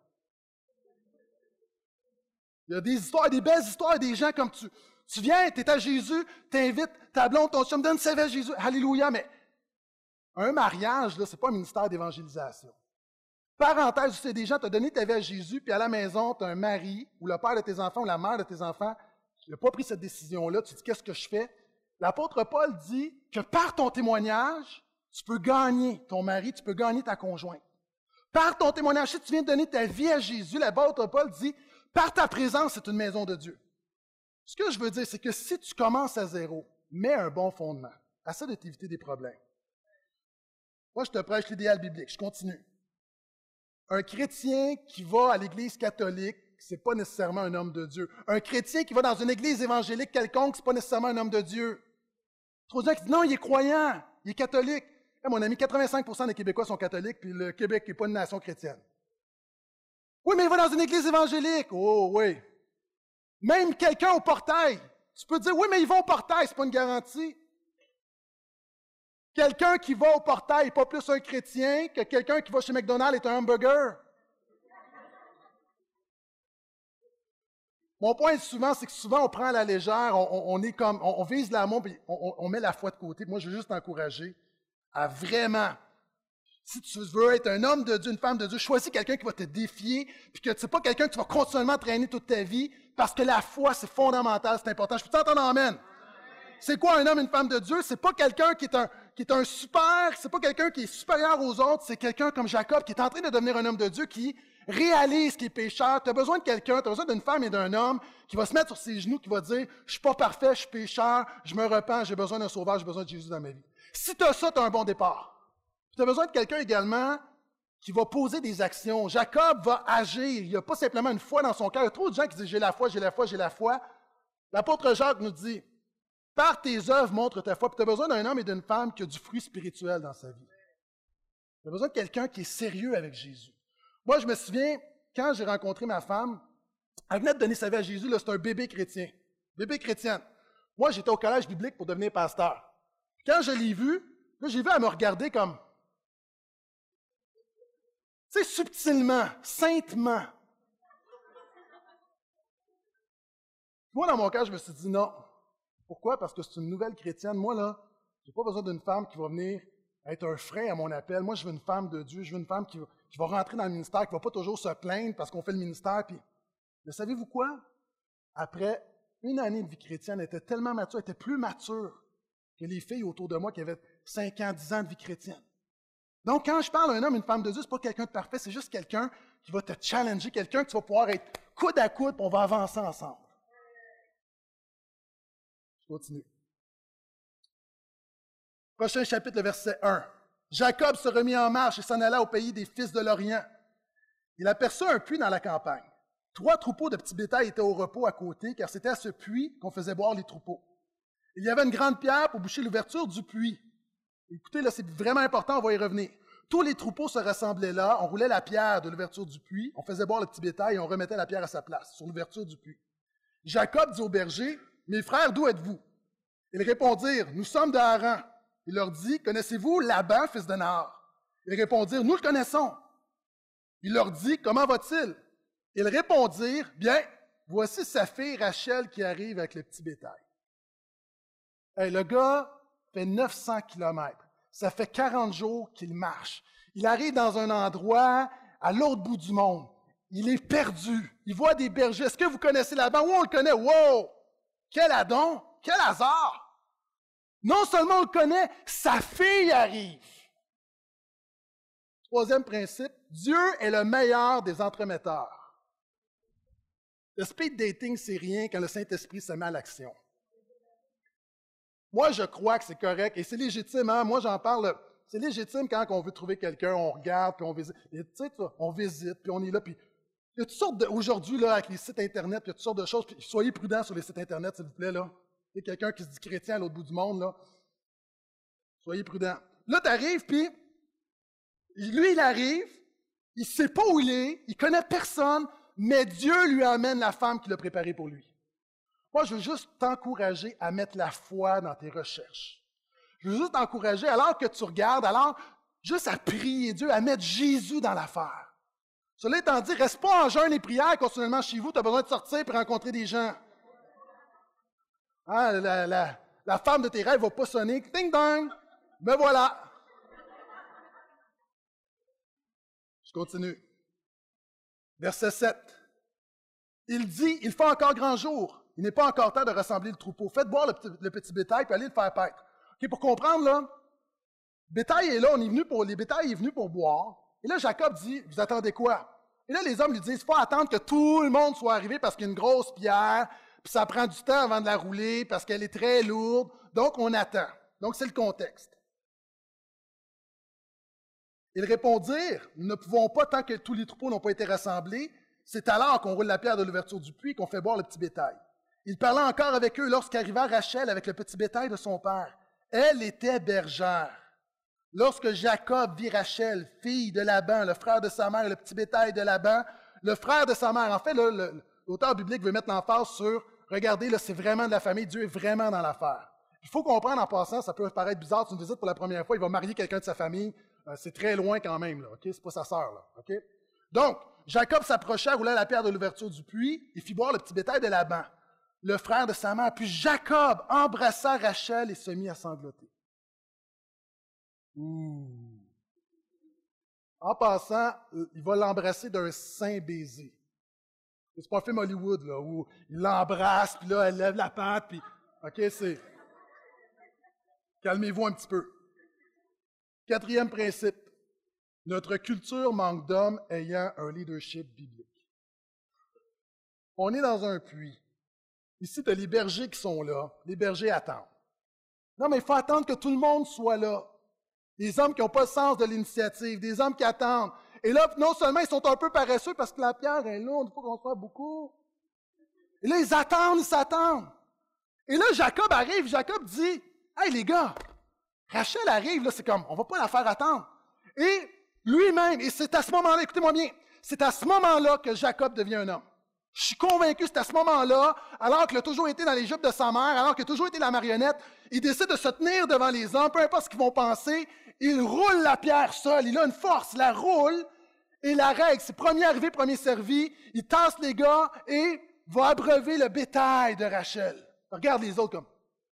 Il y a des histoires, des belles histoires, des gens comme tu. Tu viens, tu es à Jésus, t'invites ta blonde, ton chum, donne sa vie à Jésus. Alléluia, mais un mariage, là, c'est pas un ministère d'évangélisation. Parenthèse, c'est des gens, tu as donné ta vie à Jésus, puis à la maison, tu as un mari, ou le père de tes enfants, ou la mère de tes enfants, qui n'a pas pris cette décision-là, tu te dis, qu'est-ce que je fais? L'apôtre Paul dit que par ton témoignage, tu peux gagner ton mari, tu peux gagner ta conjointe. Par ton témoignage, si tu viens de donner ta vie à Jésus, l'apôtre Paul dit, par ta présence, c'est une maison de Dieu. Ce que je veux dire, c'est que si tu commences à zéro, mets un bon fondement. Essaie de t'éviter des problèmes. Moi, je te prêche l'idéal biblique. Je continue. Un chrétien qui va à l'Église catholique, ce n'est pas nécessairement un homme de Dieu. Un chrétien qui va dans une église évangélique quelconque, ce n'est pas nécessairement un homme de Dieu. Trop de gens qui disent non, il est croyant, il est catholique. Hey, mon ami, quatre-vingt-cinq pour cent des Québécois sont catholiques, puis le Québec n'est pas une nation chrétienne. Oui, mais il va dans une église évangélique. Oh, oui. Même quelqu'un au portail. Tu peux dire, oui, mais il va au portail, ce n'est pas une garantie. Quelqu'un qui va au portail n'est pas plus un chrétien que quelqu'un qui va chez McDonald's est un hamburger. Mon point souvent, c'est que souvent on prend à la légère, on, on, on est comme, on, on vise l'amour, puis on, on met la foi de côté. Moi, je veux juste t'encourager à vraiment, si tu veux être un homme de Dieu, une femme de Dieu, choisis quelqu'un qui va te défier, puis que tu n'es pas quelqu'un que tu vas continuellement traîner toute ta vie, parce que la foi, c'est fondamental, c'est important. Je peux t'entendre amen. C'est quoi un homme, une femme de Dieu? C'est pas quelqu'un qui est un, qui est un super, c'est pas quelqu'un qui est supérieur aux autres, c'est quelqu'un comme Jacob qui est en train de devenir un homme de Dieu, qui réalise qu'il est pécheur. Tu as besoin de quelqu'un, tu as besoin d'une femme et d'un homme qui va se mettre sur ses genoux, qui va dire « Je suis pas parfait, je suis pécheur, je me repens, j'ai besoin d'un sauveur, j'ai besoin de Jésus dans ma vie. » Si tu as ça, tu as un bon départ. Tu as besoin de quelqu'un également qui va poser des actions. Jacob va agir. Il n'y a pas simplement une foi dans son cœur. Il y a trop de gens qui disent « J'ai la foi, j'ai la foi, j'ai la foi. » L'apôtre Jacques nous dit « Par tes œuvres, montre ta foi. » Tu as besoin d'un homme et d'une femme qui a du fruit spirituel dans sa vie. Tu as besoin de quelqu'un qui est sérieux avec Jésus. Moi, je me souviens, quand j'ai rencontré ma femme, elle venait de donner sa vie à Jésus, c'est un bébé chrétien. Bébé chrétienne. Moi, j'étais au collège biblique pour devenir pasteur. Quand je l'ai vue, là, j'ai vu elle me regarder comme, tu sais, subtilement, saintement. Moi, dans mon cas, je me suis dit non. Pourquoi? Parce que c'est une nouvelle chrétienne. Moi, là, j'ai pas besoin d'une femme qui va venir être un frein à mon appel. Moi, je veux une femme de Dieu. Je veux une femme qui va, qui va rentrer dans le ministère, qui ne va pas toujours se plaindre parce qu'on fait le ministère. Puis, mais savez-vous quoi? Après une année de vie chrétienne, elle était tellement mature, elle était plus mature que les filles autour de moi qui avaient cinq ans, dix ans de vie chrétienne. Donc, quand je parle d'un homme, une femme de Dieu, ce n'est pas quelqu'un de parfait, c'est juste quelqu'un qui va te challenger, quelqu'un que tu vas pouvoir être coude à coude, puis on va avancer ensemble. Je continue. Prochain chapitre, le verset un. Jacob se remit en marche et s'en alla au pays des fils de l'Orient. Il aperçut un puits dans la campagne. Trois troupeaux de petits bétails étaient au repos à côté, car c'était à ce puits qu'on faisait boire les troupeaux. Il y avait une grande pierre pour boucher l'ouverture du puits. Écoutez, là, c'est vraiment important, on va y revenir. Tous les troupeaux se rassemblaient là, on roulait la pierre de l'ouverture du puits, on faisait boire le petit bétail et on remettait la pierre à sa place, sur l'ouverture du puits. Jacob dit aux bergers, « Mes frères, d'où êtes-vous? » Ils répondirent, « Nous sommes de Haran. » Il leur dit, « Connaissez-vous Laban, fils de Nahor? » Ils répondirent, « Nous le connaissons. » Il leur dit, « Comment va-t-il? » Ils répondirent, « Bien, voici sa fille Rachel qui arrive avec le petit bétail. » Hey, le gars fait neuf cents kilomètres. Ça fait quarante jours qu'il marche. Il arrive dans un endroit à l'autre bout du monde. Il est perdu. Il voit des bergers. Est-ce que vous connaissez Laban? Oui, on le connaît. Wow! Quel adon! Quel hasard! Non seulement on le connaît, sa fille arrive. Troisième principe, Dieu est le meilleur des entremetteurs. Le speed dating, c'est rien quand le Saint-Esprit se met à l'action. Moi, je crois que c'est correct et c'est légitime. Hein? Moi, j'en parle. C'est légitime quand on veut trouver quelqu'un, on regarde, puis on visite. Tu sais, on visite, puis on est là. Puis il y a toutes sortes de. Aujourd'hui, là, avec les sites Internet, il y a toutes sortes de choses. Puis soyez prudents sur les sites Internet, s'il vous plaît. Là. Il y a quelqu'un qui se dit chrétien à l'autre bout du monde. Là. Soyez prudents. Là, tu arrives, puis lui, il arrive, il ne sait pas où il est, il ne connaît personne, mais Dieu lui amène la femme qu'il a préparée pour lui. Moi, je veux juste t'encourager à mettre la foi dans tes recherches. Je veux juste t'encourager, alors que tu regardes, alors juste à prier Dieu, à mettre Jésus dans l'affaire. Cela étant dit, reste pas en jeûne et prière continuellement chez vous, tu as besoin de sortir et rencontrer des gens. Hein, la, la, la femme de tes rêves ne va pas sonner, ding dong, me voilà. Je continue. Verset sept. Il dit, il fait encore grand jour, il n'est pas encore temps de rassembler le troupeau. Faites boire le petit, le petit bétail, puis allez le faire paître. Okay, pour comprendre, là, le bétail est là, on est venu pour, les bétails est venu pour boire. Et là, Jacob dit, vous attendez quoi? Et là, les hommes lui disent, il faut attendre que tout le monde soit arrivé parce qu'il y a une grosse pierre, puis ça prend du temps avant de la rouler parce qu'elle est très lourde. Donc, on attend. Donc, c'est le contexte. Ils répondirent, nous ne pouvons pas tant que tous les troupeaux n'ont pas été rassemblés. C'est alors qu'on roule la pierre de l'ouverture du puits et qu'on fait boire le petit bétail. Il parlait encore avec eux lorsqu'arriva Rachel avec le petit bétail de son père. Elle était bergère. Lorsque Jacob vit Rachel, fille de Laban, le frère de sa mère, et le petit bétail de Laban, le frère de sa mère, en fait, là, le, l'auteur biblique veut mettre l'emphase sur, regardez, là, c'est vraiment de la famille, Dieu est vraiment dans l'affaire. Il faut comprendre en passant, ça peut paraître bizarre, tu une visite pour la première fois, il va marier quelqu'un de sa famille, euh, c'est très loin quand même, là, ok? C'est pas sa sœur, là, ok? Donc, Jacob s'approcha, roula la pierre de l'ouverture du puits et fit boire le petit bétail de Laban, le frère de sa mère. Puis Jacob embrassa Rachel et se mit à sangloter. Ouh. En passant, il va l'embrasser d'un saint baiser. C'est pas un film Hollywood, là, où il l'embrasse, puis là, elle lève la patte, puis... OK, c'est... Calmez-vous un petit peu. Quatrième principe. Notre culture manque d'hommes ayant un leadership biblique. On est dans un puits. Ici, tu as les bergers qui sont là. Les bergers attendent. Non, mais il faut attendre que tout le monde soit là. Des hommes qui n'ont pas le sens de l'initiative, des hommes qui attendent. Et là, non seulement ils sont un peu paresseux parce que la pierre est lourde, il faut qu'on soit beaucoup. Et là, ils attendent, ils s'attendent. Et là, Jacob arrive, Jacob dit, « Hey les gars, Rachel arrive, là, c'est comme, on ne va pas la faire attendre. » Et lui-même, et c'est à ce moment-là, écoutez-moi bien, c'est à ce moment-là que Jacob devient un homme. Je suis convaincu, c'est à ce moment-là, alors qu'il a toujours été dans les jupes de sa mère, alors qu'il a toujours été la marionnette, il décide de se tenir devant les hommes, peu importe ce qu'ils vont penser, il roule la pierre seul, il a une force, il la roule, et la règle, c'est premier arrivé, premier servi, il tasse les gars et va abreuver le bétail de Rachel. Regarde les autres comme...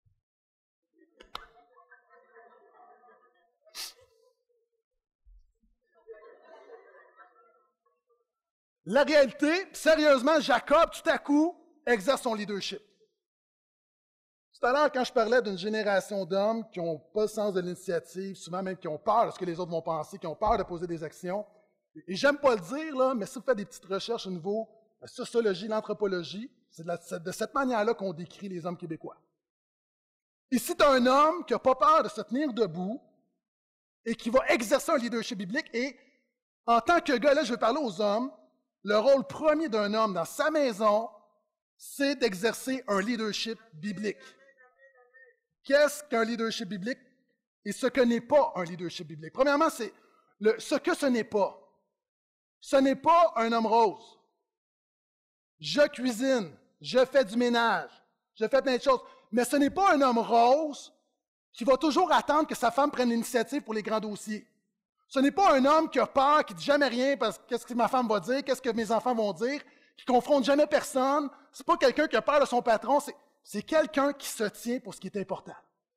La réalité, sérieusement, Jacob, tout à coup, exerce son leadership. Tout à l'heure, quand je parlais d'une génération d'hommes qui n'ont pas le sens de l'initiative, souvent même qui ont peur de ce que les autres vont penser, qui ont peur de poser des actions, et j'aime pas le dire, là, mais si vous faites des petites recherches au niveau de la sociologie, l'anthropologie, c'est de, la, de cette manière-là qu'on décrit les hommes québécois. Ici, tu as un homme qui n'a pas peur de se tenir debout et qui va exercer un leadership biblique, et en tant que gars, là, je vais parler aux hommes, le rôle premier d'un homme dans sa maison, c'est d'exercer un leadership biblique. Qu'est-ce qu'un leadership biblique et ce que n'est pas un leadership biblique? Premièrement, c'est le, ce que ce n'est pas. Ce n'est pas un homme rose. Je cuisine, je fais du ménage, je fais plein de choses, mais ce n'est pas un homme rose qui va toujours attendre que sa femme prenne l'initiative pour les grands dossiers. Ce n'est pas un homme qui a peur, qui ne dit jamais rien parce que qu'est-ce que ma femme va dire, qu'est-ce que mes enfants vont dire, qui ne confronte jamais personne. Ce n'est pas quelqu'un qui a peur de son patron, c'est, c'est quelqu'un qui se tient pour ce qui est important.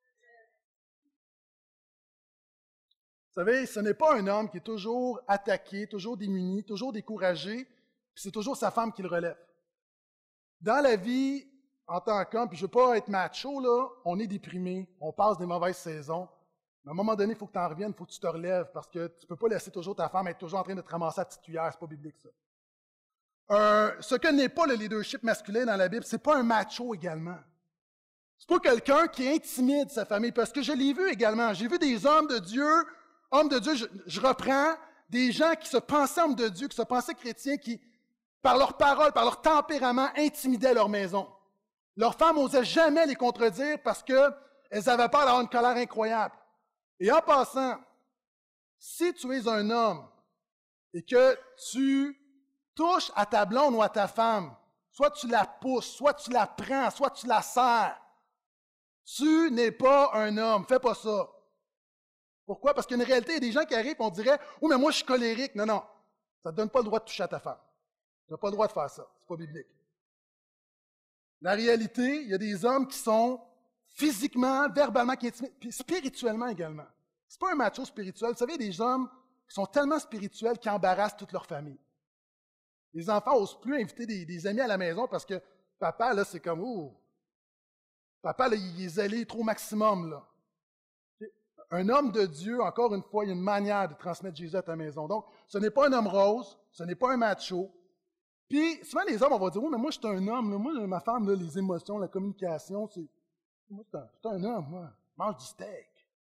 Vous savez, ce n'est pas un homme qui est toujours attaqué, toujours démuni, toujours découragé, puis c'est toujours sa femme qui le relève. Dans la vie, en tant qu'homme, puis je ne veux pas être macho, là, on est déprimé, on passe des mauvaises saisons. Mais à un moment donné, il faut que tu en reviennes, il faut que tu te relèves, parce que tu ne peux pas laisser toujours ta femme être toujours en train de te ramasser à petite cuillère, c'est pas biblique ça. Euh, ce que n'est pas le leadership masculin dans la Bible, c'est pas un macho également. C'est pas quelqu'un qui intimide sa famille, parce que je l'ai vu également. J'ai vu des hommes de Dieu, hommes de Dieu, je, je reprends, des gens qui se pensaient hommes de Dieu, qui se pensaient chrétiens, qui, par leurs paroles, par leur tempérament, intimidaient leur maison. Leurs femmes n'osaient jamais les contredire parce qu'elles avaient peur d'avoir une colère incroyable. Et en passant, si tu es un homme et que tu touches à ta blonde ou à ta femme, soit tu la pousses, soit tu la prends, soit tu la serres, tu n'es pas un homme. Fais pas ça. Pourquoi? Parce qu'il y a une réalité, il y a des gens qui arrivent et on dirait « Oh, mais moi, je suis colérique. » Non, non, ça ne te donne pas le droit de toucher à ta femme. Tu n'as pas le droit de faire ça. C'est pas biblique. La réalité, il y a des hommes qui sont physiquement, verbalement, qui intimident, puis spirituellement également. C'est pas un macho spirituel. Vous savez, il y a des hommes qui sont tellement spirituels qu'ils embarrassent toute leur famille. Les enfants n'osent plus inviter des, des amis à la maison parce que papa, là, c'est comme, oh, papa, là, il est zélé trop maximum, là. Un homme de Dieu, encore une fois, il y a une manière de transmettre Jésus à ta maison. Donc, ce n'est pas un homme rose, ce n'est pas un macho. Puis, souvent, les hommes, on va dire, oui, mais moi, je suis un homme, là. Moi, ma femme, là, les émotions, la communication, c'est. Moi, je suis un, un homme, moi. Je mange du steak.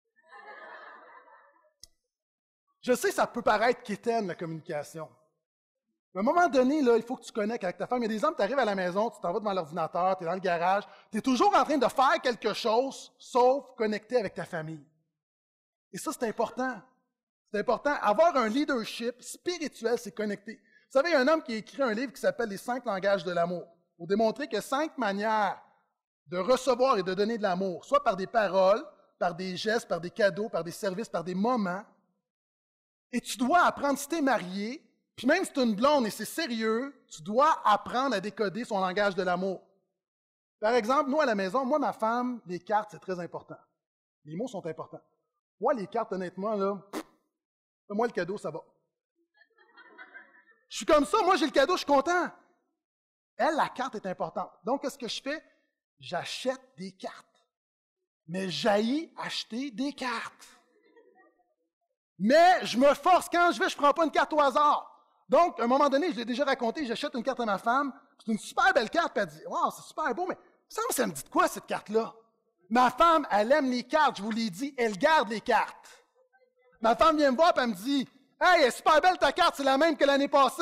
Je sais, ça peut paraître quétaine, la communication. Mais à un moment donné, là, il faut que tu connectes avec ta femme. Il y a des hommes, tu arrives à la maison, tu t'en vas devant l'ordinateur, tu es dans le garage, tu es toujours en train de faire quelque chose, sauf connecter avec ta famille. Et ça, c'est important. C'est important. Avoir un leadership spirituel, c'est connecter. Vous savez, il y a un homme qui a écrit un livre qui s'appelle « Les cinq langages de l'amour » pour démontrer que cinq manières de recevoir et de donner de l'amour, soit par des paroles, par des gestes, par des cadeaux, par des services, par des moments. Et tu dois apprendre, si tu es marié, puis même si tu es une blonde et c'est sérieux, tu dois apprendre à décoder son langage de l'amour. Par exemple, nous à la maison, moi, ma femme, les cartes, c'est très important. Les mots sont importants. Moi, les cartes, honnêtement, là, fais-moi le cadeau, ça va. Je suis comme ça, moi j'ai le cadeau, je suis content. Elle, la carte est importante. Donc, qu'est-ce que je fais? J'achète des cartes. Mais j'haïs acheter des cartes. Mais je me force, quand je vais, je ne prends pas une carte au hasard. Donc, à un moment donné, je l'ai déjà raconté, j'achète une carte à ma femme, c'est une super belle carte, puis elle dit « Wow, c'est super beau, mais ça me, ça me dit de quoi cette carte-là? » Ma femme, elle aime les cartes, je vous l'ai dit, elle garde les cartes. Ma femme vient me voir et elle me dit « Hey, elle est super belle ta carte, c'est la même que l'année passée. »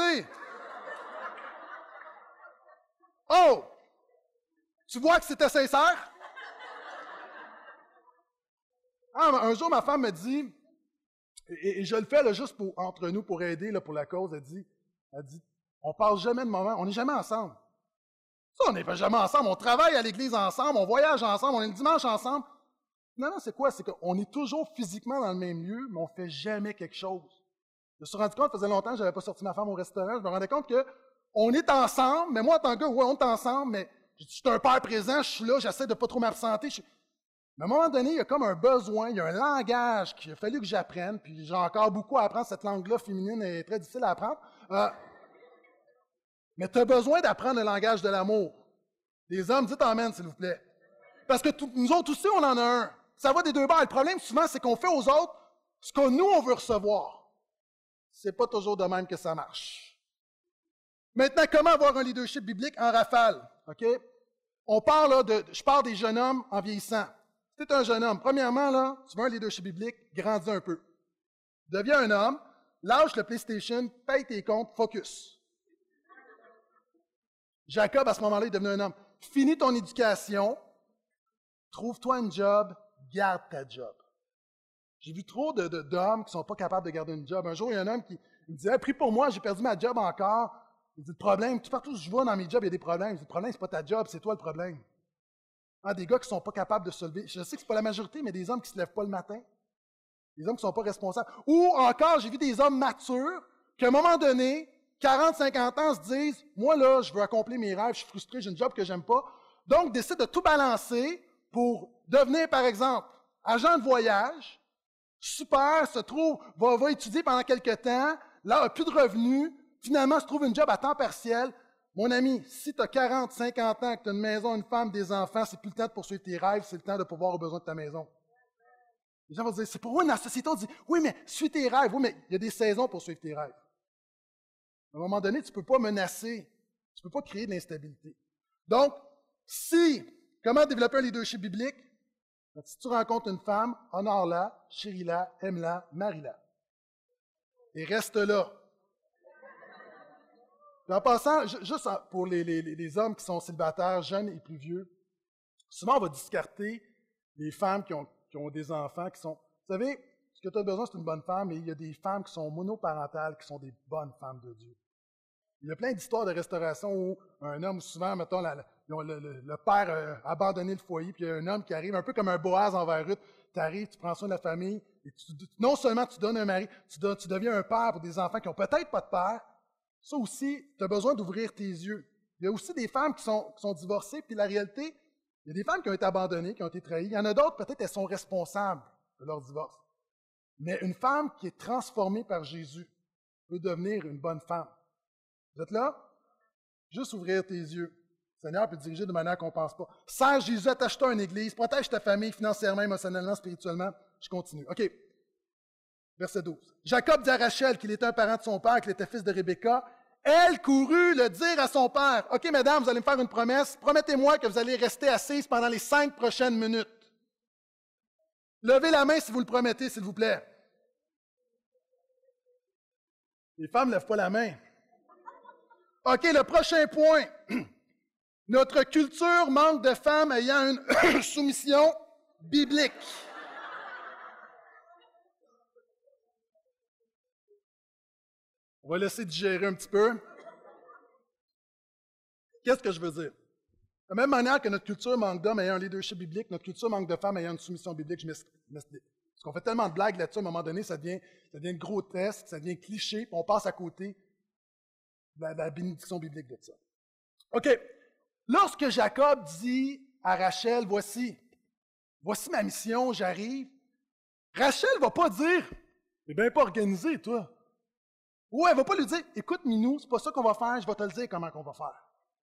Oh! Tu vois que c'était sincère? Ah, un jour, ma femme me dit, et, et je le fais là, juste pour, entre nous, pour aider là, pour la cause, elle dit, elle dit, on parle jamais de moment, on n'est jamais ensemble. Ça, on n'est pas jamais ensemble, on travaille à l'église ensemble, on voyage ensemble, on est le dimanche ensemble. Non, non, c'est quoi? C'est qu'on est toujours physiquement dans le même lieu, mais on ne fait jamais quelque chose. Je me suis rendu compte, ça faisait longtemps que je n'avais pas sorti ma femme au restaurant, je me rendais compte qu'on est ensemble, mais moi, en tant que gars, ouais, on est ensemble, mais je suis un père présent, je suis là, j'essaie de ne pas trop m'absenter. Je... Mais à un moment donné, il y a comme un besoin, il y a un langage qu'il a fallu que j'apprenne, puis j'ai encore beaucoup à apprendre, cette langue-là féminine est très difficile à apprendre. Euh, mais tu as besoin d'apprendre le langage de l'amour. Les hommes, dites amen, s'il vous plaît. Parce que tout, nous autres aussi, on en a un. Ça va des deux bords. Le problème, souvent, c'est qu'on fait aux autres ce que nous, on veut recevoir. C'est pas toujours de même que ça marche. Maintenant, comment avoir un leadership biblique en rafale? OK? On parle là, de, je parle des jeunes hommes en vieillissant. Si tu es un jeune homme, premièrement, là, tu veux un leadership biblique, grandis un peu. Deviens un homme, lâche le PlayStation, paye tes comptes, focus. Jacob, à ce moment-là, est devenu un homme. Finis ton éducation, trouve-toi un job, garde ta job. J'ai vu trop de, de, d'hommes qui ne sont pas capables de garder une job. Un jour, il y a un homme qui me disait hey, « Prie pour moi, j'ai perdu ma job encore. » Il dit « Le problème, tout partout où je vois dans mes jobs, il y a des problèmes. » Il dit « Le problème, ce n'est pas ta job, c'est toi le problème. » Ah, des gars qui ne sont pas capables de se lever. Je sais que ce n'est pas la majorité, mais des hommes qui ne se lèvent pas le matin. Des hommes qui ne sont pas responsables. Ou encore, j'ai vu des hommes matures qui, à un moment donné, quarante, cinquante ans, se disent « Moi, là, je veux accomplir mes rêves, je suis frustré, j'ai une job que je n'aime pas. » Donc, décident de tout balancer pour devenir, par exemple, agent de voyage, super, se trouve, va, va étudier pendant quelques temps, là, n'a plus de revenus, finalement, se trouve une job à temps partiel. Mon ami, si tu as quarante, cinquante ans, que tu as une maison, une femme, des enfants, c'est plus le temps de poursuivre tes rêves, c'est le temps de pouvoir avoir besoin de ta maison. Les gens vont dire, c'est pour moi, dans la société, on dit, oui, mais suis tes rêves. Oui, mais il y a des saisons pour suivre tes rêves. À un moment donné, tu ne peux pas menacer, tu ne peux pas créer de l'instabilité. Donc, si, comment développer un leadership biblique? Si tu rencontres une femme, honore-la, chéris-la, aime-la, marie-la. Et reste là. Puis en passant, juste pour les, les, les hommes qui sont célibataires, jeunes et plus vieux, souvent on va discarter les femmes qui ont, qui ont des enfants, qui sont... Vous savez, ce que tu as besoin, c'est une bonne femme, mais il y a des femmes qui sont monoparentales, qui sont des bonnes femmes de Dieu. Il y a plein d'histoires de restauration où un homme, souvent, mettons, la, la, le, le, le père a abandonné le foyer, puis il y a un homme qui arrive, un peu comme un Boaz envers Ruth. Tu arrives, tu prends soin de la famille, et tu, non seulement tu donnes un mari, tu, donnes, tu deviens un père pour des enfants qui n'ont peut-être pas de père. Ça aussi, tu as besoin d'ouvrir tes yeux. Il y a aussi des femmes qui sont, qui sont divorcées, puis la réalité, il y a des femmes qui ont été abandonnées, qui ont été trahies. Il y en a d'autres, peut-être, elles sont responsables de leur divorce. Mais une femme qui est transformée par Jésus peut devenir une bonne femme. Vous êtes là? Juste ouvrir tes yeux. Le Seigneur peut te diriger de manière qu'on ne pense pas. Sers Jésus, attache-toi à une église, protège ta famille financièrement, émotionnellement, spirituellement. Je continue. OK. Verset douze. Jacob dit à Rachel qu'il était un parent de son père, qu'il était fils de Rebecca. Elle courut le dire à son père. « OK, mesdames, vous allez me faire une promesse. Promettez-moi que vous allez rester assises pendant les cinq prochaines minutes. Levez la main si vous le promettez, s'il vous plaît. » Les femmes ne lèvent pas la main. OK, le prochain point. Notre culture manque de femmes ayant une soumission biblique. On va laisser digérer un petit peu. Qu'est-ce que je veux dire? De la même manière que notre culture manque d'hommes ayant un leadership biblique, notre culture manque de femmes ayant une soumission biblique, je m'explique. Parce qu'on fait tellement de blagues là-dessus, à un moment donné, ça devient, ça devient grotesque, ça devient cliché, puis on passe à côté de la, de la bénédiction biblique de ça. OK. Lorsque Jacob dit à Rachel, voici, voici ma mission, j'arrive, Rachel ne va pas dire, t'es bien pas organisé, toi. Ouais, elle ne va pas lui dire, écoute, Minou, c'est pas ça qu'on va faire, je vais te le dire comment on va faire.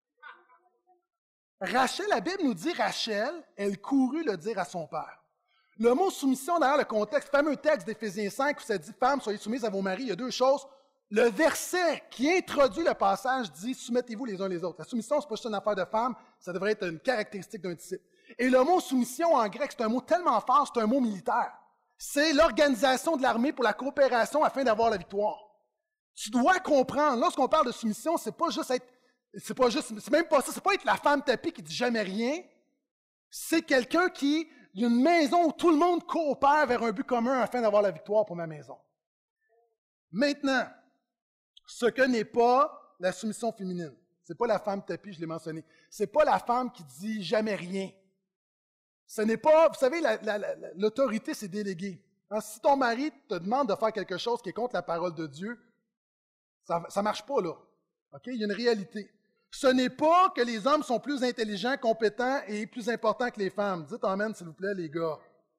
Rachel, la Bible nous dit, Rachel, elle courut le dire à son père. Le mot soumission, derrière le contexte, le fameux texte d'Éphésiens cinq où ça dit, femmes, soyez soumises à vos maris, il y a deux choses. Le verset qui introduit le passage dit, soumettez-vous les uns les autres. La soumission, ce n'est pas juste une affaire de femme, ça devrait être une caractéristique d'un disciple. Et le mot soumission en grec, c'est un mot tellement fort, c'est un mot militaire. C'est l'organisation de l'armée pour la coopération afin d'avoir la victoire. Tu dois comprendre, lorsqu'on parle de soumission, c'est pas juste être, c'est pas juste, c'est même pas ça, c'est pas être la femme tapis qui dit jamais rien. C'est quelqu'un qui, il y a une maison où tout le monde coopère vers un but commun afin d'avoir la victoire pour ma maison. Maintenant, ce que n'est pas la soumission féminine, c'est pas la femme tapis, je l'ai mentionné, c'est pas la femme qui dit jamais rien. Ce n'est pas, vous savez, la, la, la, l'autorité, c'est délégué. Hein, si ton mari te demande de faire quelque chose qui est contre la parole de Dieu, ça ne marche pas, là. OK? Il y a une réalité. Ce n'est pas que les hommes sont plus intelligents, compétents et plus importants que les femmes. Dites amen, s'il vous plaît, les gars.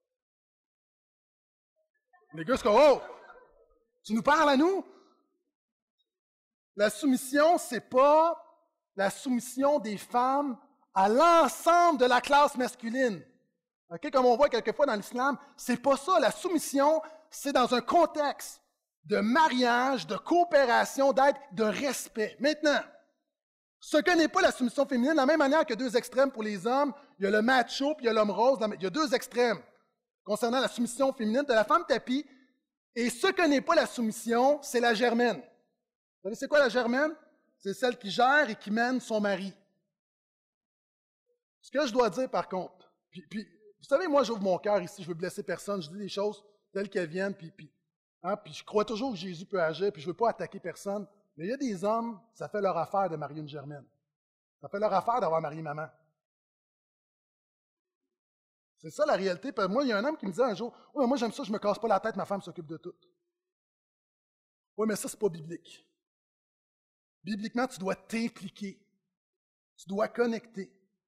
Les gars, c'est comme, oh! Tu nous parles à nous? La soumission, ce n'est pas la soumission des femmes à l'ensemble de la classe masculine. Okay? Comme on voit quelquefois dans l'islam, c'est pas ça. La soumission, c'est dans un contexte de mariage, de coopération, d'aide, de respect. Maintenant, ce que n'est pas la soumission féminine, de la même manière qu'il y a deux extrêmes pour les hommes, il y a le macho puis il y a l'homme rose, il y a deux extrêmes concernant la soumission féminine de la femme tapis. Et ce que n'est pas la soumission, c'est la germaine. Vous savez, c'est quoi la germaine? C'est celle qui gère et qui mène son mari. Ce que je dois dire, par contre, puis, puis vous savez, moi, j'ouvre mon cœur ici, je veux blesser personne, je dis des choses telles qu'elles viennent, puis, puis, hein, puis je crois toujours que Jésus peut agir, puis je ne veux pas attaquer personne. Mais il y a des hommes, ça fait leur affaire de marier une germaine. Ça fait leur affaire d'avoir marié maman. C'est ça la réalité. Puis moi, il y a un homme qui me disait un jour, « Oui, moi j'aime ça, je ne me casse pas la tête, ma femme s'occupe de tout. » Oui, mais ça, c'est pas biblique. Bibliquement, tu dois t'impliquer. Tu dois connecter.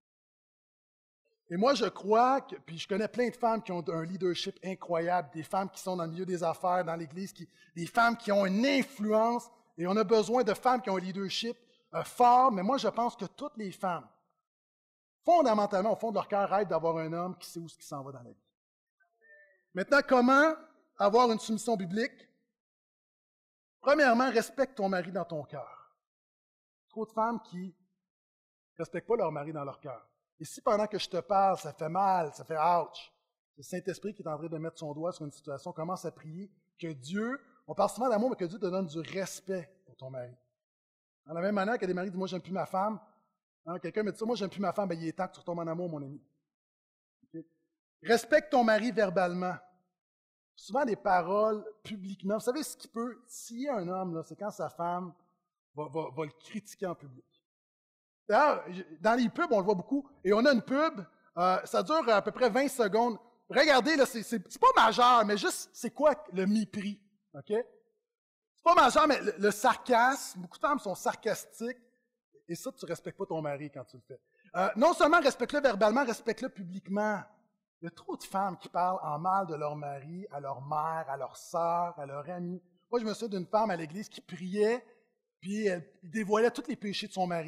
Et moi, je crois que, puis je connais plein de femmes qui ont un leadership incroyable, des femmes qui sont dans le milieu des affaires, dans l'Église, qui, des femmes qui ont une influence, et on a besoin de femmes qui ont un leadership euh, fort, mais moi, je pense que toutes les femmes, fondamentalement, au fond de leur cœur, rêvent d'avoir un homme qui sait où ce qui s'en va dans la vie. Maintenant, comment avoir une soumission biblique? Premièrement, respecte ton mari dans ton cœur. Trop de femmes qui ne respectent pas leur mari dans leur cœur. Et si pendant que je te parle, ça fait mal, ça fait ouch, c'est le Saint-Esprit qui est en train de mettre son doigt sur une situation, commence à prier que Dieu, on parle souvent d'amour, mais que Dieu te donne du respect pour ton mari. De la même manière que des maris disent, moi, j'aime plus ma femme. Hein, quelqu'un me dit ça, moi, j'aime plus ma femme, ben, il est temps que tu retombes en amour, mon ami. Okay? Respecte ton mari verbalement. Souvent des paroles publiquement. Vous savez ce qui peut scier un homme, là, c'est quand sa femme va, va, va le critiquer en public. D'ailleurs, dans les pubs, on le voit beaucoup, et on a une pub, euh, ça dure à peu près vingt secondes. Regardez, là, c'est, c'est, c'est pas majeur, mais juste, c'est quoi le mépris, OK? C'est pas majeur, mais le, le sarcasme, beaucoup de femmes sont sarcastiques, et ça, tu ne respectes pas ton mari quand tu le fais. Euh, non seulement respecte-le verbalement, respecte-le publiquement. Il y a trop de femmes qui parlent en mal de leur mari, à leur mère, à leur sœur, à leur amie. Moi, je me souviens d'une femme à l'église qui priait, puis elle dévoilait tous les péchés de son mari.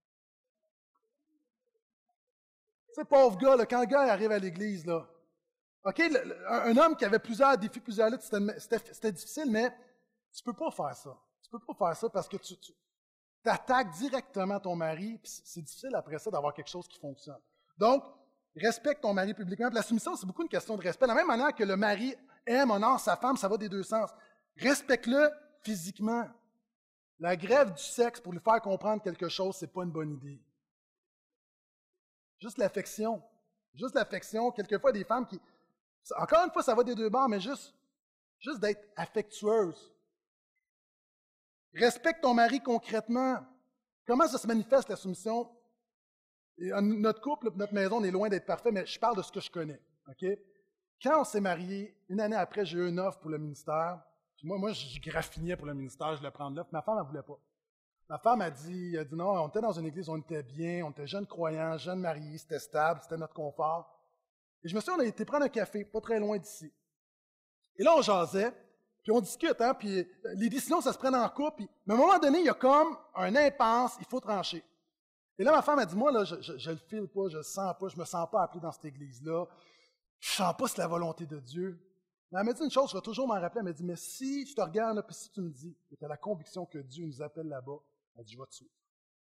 Tu sais, pauvre gars, là, quand le gars arrive à l'église, là, OK, le, le, un, un homme qui avait plusieurs défis, plusieurs luttes, c'était, c'était, c'était difficile, mais tu ne peux pas faire ça. Tu ne peux pas faire ça parce que tu, tu attaques directement ton mari, puis c'est difficile après ça d'avoir quelque chose qui fonctionne. Donc, respecte ton mari publiquement. Puis la soumission, c'est beaucoup une question de respect. De la même manière que le mari aime, honore sa femme, ça va des deux sens. Respecte-le physiquement. La grève du sexe pour lui faire comprendre quelque chose, c'est pas une bonne idée. Juste l'affection. Juste l'affection. Quelquefois, des femmes qui... Encore une fois, ça va des deux bords, mais juste, juste d'être affectueuse. Respecte ton mari concrètement. Comment ça se manifeste, la soumission? Et notre couple, notre maison, on est loin d'être parfait, mais je parle de ce que je connais. Okay? Quand on s'est mariés, une année après, j'ai eu une offre pour le ministère. Puis moi, moi, je graffinais pour le ministère, je voulais prendre l'offre. Ma femme, elle ne voulait pas. Ma femme a dit, elle a dit non, on était dans une église, on était bien, on était jeunes croyants, jeunes mariés, c'était stable, c'était notre confort. Et je me souviens, on a été prendre un café, pas très loin d'ici. Et là, on jasait, puis on discute, hein, puis les décisions, ça se prend en couple. Puis, mais à un moment donné, il y a comme un impasse, il faut trancher. Et là, ma femme a dit, moi, là, je ne le file pas, je le sens pas, je me sens pas appelé dans cette église-là, je ne sens pas c'est la volonté de Dieu. Mais elle m'a dit une chose, je vais toujours m'en rappeler, elle m'a dit, mais si je te regarde, là, puis si tu me dis que tu as la conviction que Dieu nous appelle là-bas, elle dit, je vais te suivre.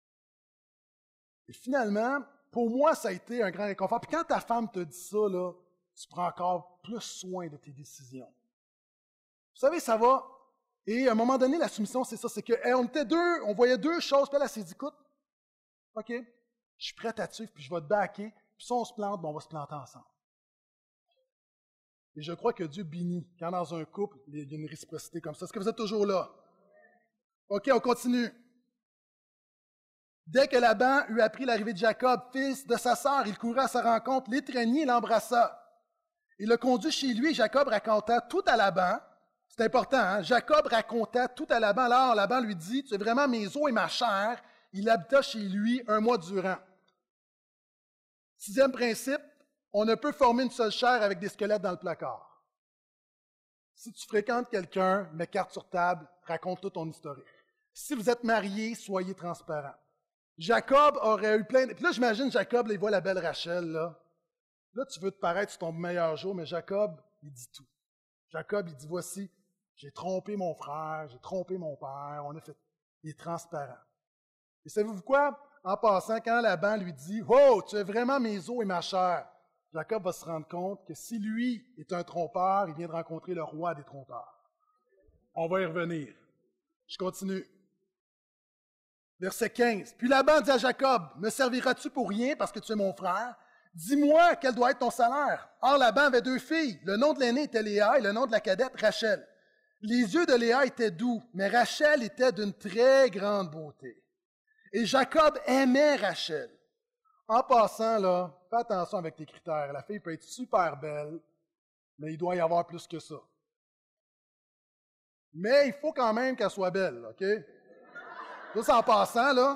Et finalement, pour moi, ça a été un grand réconfort. Puis quand ta femme te dit ça, là, tu prends encore plus soin de tes décisions. Vous savez, ça va. Et à un moment donné, la soumission, c'est ça, c'est qu'on était deux, on voyait deux choses, puis elle, elle s'est dit, écoute, OK, je suis prête à te suivre, puis je vais te backer, puis si on se plante, ben on va se planter ensemble. Et je crois que Dieu bénit quand dans un couple, il y a une réciprocité comme ça. Est-ce que vous êtes toujours là? OK, on continue. Dès que Laban eut appris l'arrivée de Jacob, fils de sa sœur, il courut à sa rencontre, l'étreignit et l'embrassa. Il le conduit chez lui, Jacob raconta tout à Laban. C'est important, hein? Jacob raconta tout à Laban. Alors Laban lui dit, tu es vraiment mes os et ma chair. Il habita chez lui un mois durant. Sixième principe, on ne peut former une seule chair avec des squelettes dans le placard. Si tu fréquentes quelqu'un, mets carte sur table, raconte tout ton historique. Si vous êtes marié, soyez transparent. Jacob aurait eu plein de... Puis là, j'imagine Jacob, là, il voit la belle Rachel, là. Là, tu veux te paraître sur ton meilleur jour, mais Jacob, il dit tout. Jacob, il dit, voici, j'ai trompé mon frère, j'ai trompé mon père, on a fait... Il est transparent. Et savez-vous quoi? En passant, quand Laban lui dit, « Oh, tu es vraiment mes os et ma chair », Jacob va se rendre compte que si lui est un trompeur, il vient de rencontrer le roi des trompeurs. On va y revenir. Je continue. Verset quinze. Puis Laban dit à Jacob, « Me serviras-tu pour rien parce que tu es mon frère? Dis-moi quel doit être ton salaire. » Or, Laban avait deux filles. Le nom de l'aînée était Léa et le nom de la cadette, Rachel. Les yeux de Léa étaient doux, mais Rachel était d'une très grande beauté. Et Jacob aimait Rachel. En passant, là, fais attention avec tes critères. La fille peut être super belle, mais il doit y avoir plus que ça. Mais il faut quand même qu'elle soit belle, OK? Ça, c'est en passant, là.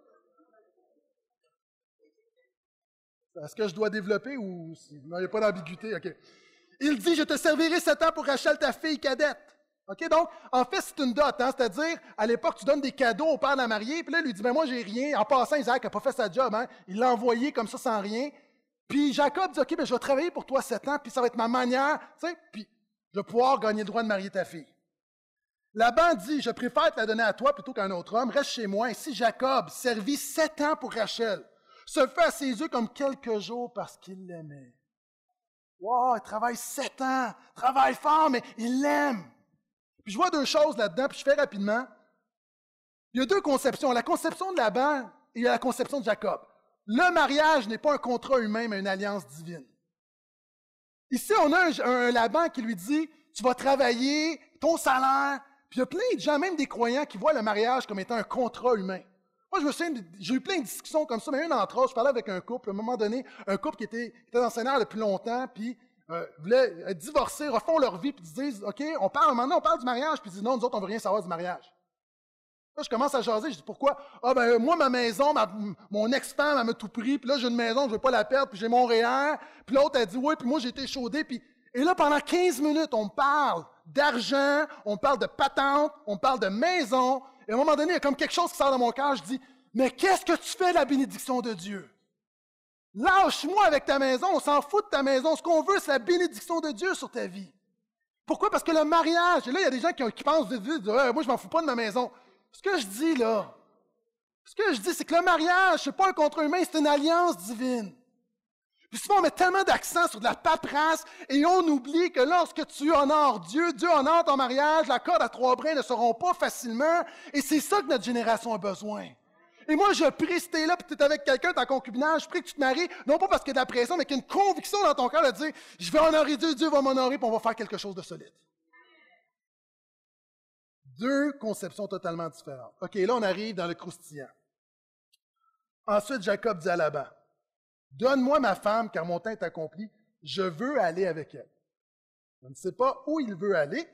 Est-ce que je dois développer ou... Non, il n'y a pas d'ambiguïté, OK. Il dit, « Je te servirai sept ans pour Rachel, ta fille cadette. » OK, donc, en fait, c'est une dot, hein? C'est-à-dire, à l'époque, tu donnes des cadeaux au père de la mariée, puis là, il lui dit, ben moi, j'ai rien. En passant, Isaac n'a pas fait sa job, hein? Il l'a envoyé comme ça, sans rien. Puis Jacob dit, OK, ben je vais travailler pour toi sept ans, puis ça va être ma manière, tu sais, puis je vais pouvoir gagner le droit de marier ta fille. Laban dit, je préfère te la donner à toi plutôt qu'à un autre homme, reste chez moi. Et si Jacob servit sept ans pour Rachel, se fait à ses yeux comme quelques jours parce qu'il l'aimait. Wow, il travaille sept ans, travaille fort, mais il l'aime. Puis je vois deux choses là-dedans, puis je fais rapidement. Il y a deux conceptions. La conception de Laban et la conception de Jacob. Le mariage n'est pas un contrat humain, mais une alliance divine. Ici, on a un, un Laban qui lui dit, tu vas travailler, ton salaire, Puis il y a plein de gens, même des croyants, qui voient le mariage comme étant un contrat humain. Moi, je me souviens, j'ai eu plein de discussions comme ça, mais une entre autres, je parlais avec un couple, à un moment donné, un couple qui était, qui était dans le Seigneur depuis longtemps, puis euh, voulait euh, divorcer, refont leur vie, puis ils disent, OK, on parle, maintenant on parle du mariage, puis ils disent, non, nous autres, on veut rien savoir du mariage. Là, je commence à jaser, je dis, pourquoi? Ah, ben, moi, ma maison, ma, mon ex-femme, elle m'a tout pris, puis là, j'ai une maison, je ne veux pas la perdre, puis j'ai mon R E E R, puis l'autre, elle dit, oui, puis moi, j'ai été échaudé, puis... Et là, pendant quinze minutes, on parle d'argent, on parle de patente, on parle de maison, et à un moment donné, il y a comme quelque chose qui sort de mon cœur, je dis, mais qu'est-ce que tu fais de la bénédiction de Dieu? Lâche-moi avec ta maison, on s'en fout de ta maison, ce qu'on veut, c'est la bénédiction de Dieu sur ta vie. Pourquoi? Parce que le mariage, et là, il y a des gens qui, qui pensent, disent, disent, ah, moi, je m'en fous pas de ma maison. Ce que je dis, là, ce que je dis, c'est que le mariage, c'est pas un contrat humain, c'est une alliance divine. Puis souvent, on met tellement d'accent sur de la paperasse et on oublie que lorsque tu honores Dieu, Dieu honore ton mariage, la corde à trois brins ne seront pas facilement. Et c'est ça que notre génération a besoin. Et moi, je prie, si tu es là et tu es avec quelqu'un, tu es en concubinage, je prie que tu te maries, non pas parce qu'il y a de la pression, mais qu'il y a une conviction dans ton cœur de dire, je vais honorer Dieu, Dieu va m'honorer, puis on va faire quelque chose de solide. Deux conceptions totalement différentes. OK, là, on arrive dans le croustillant. Ensuite, Jacob dit à Laban, « Donne-moi ma femme, car mon temps est accompli. Je veux aller avec elle. » Je ne sais pas où il veut aller.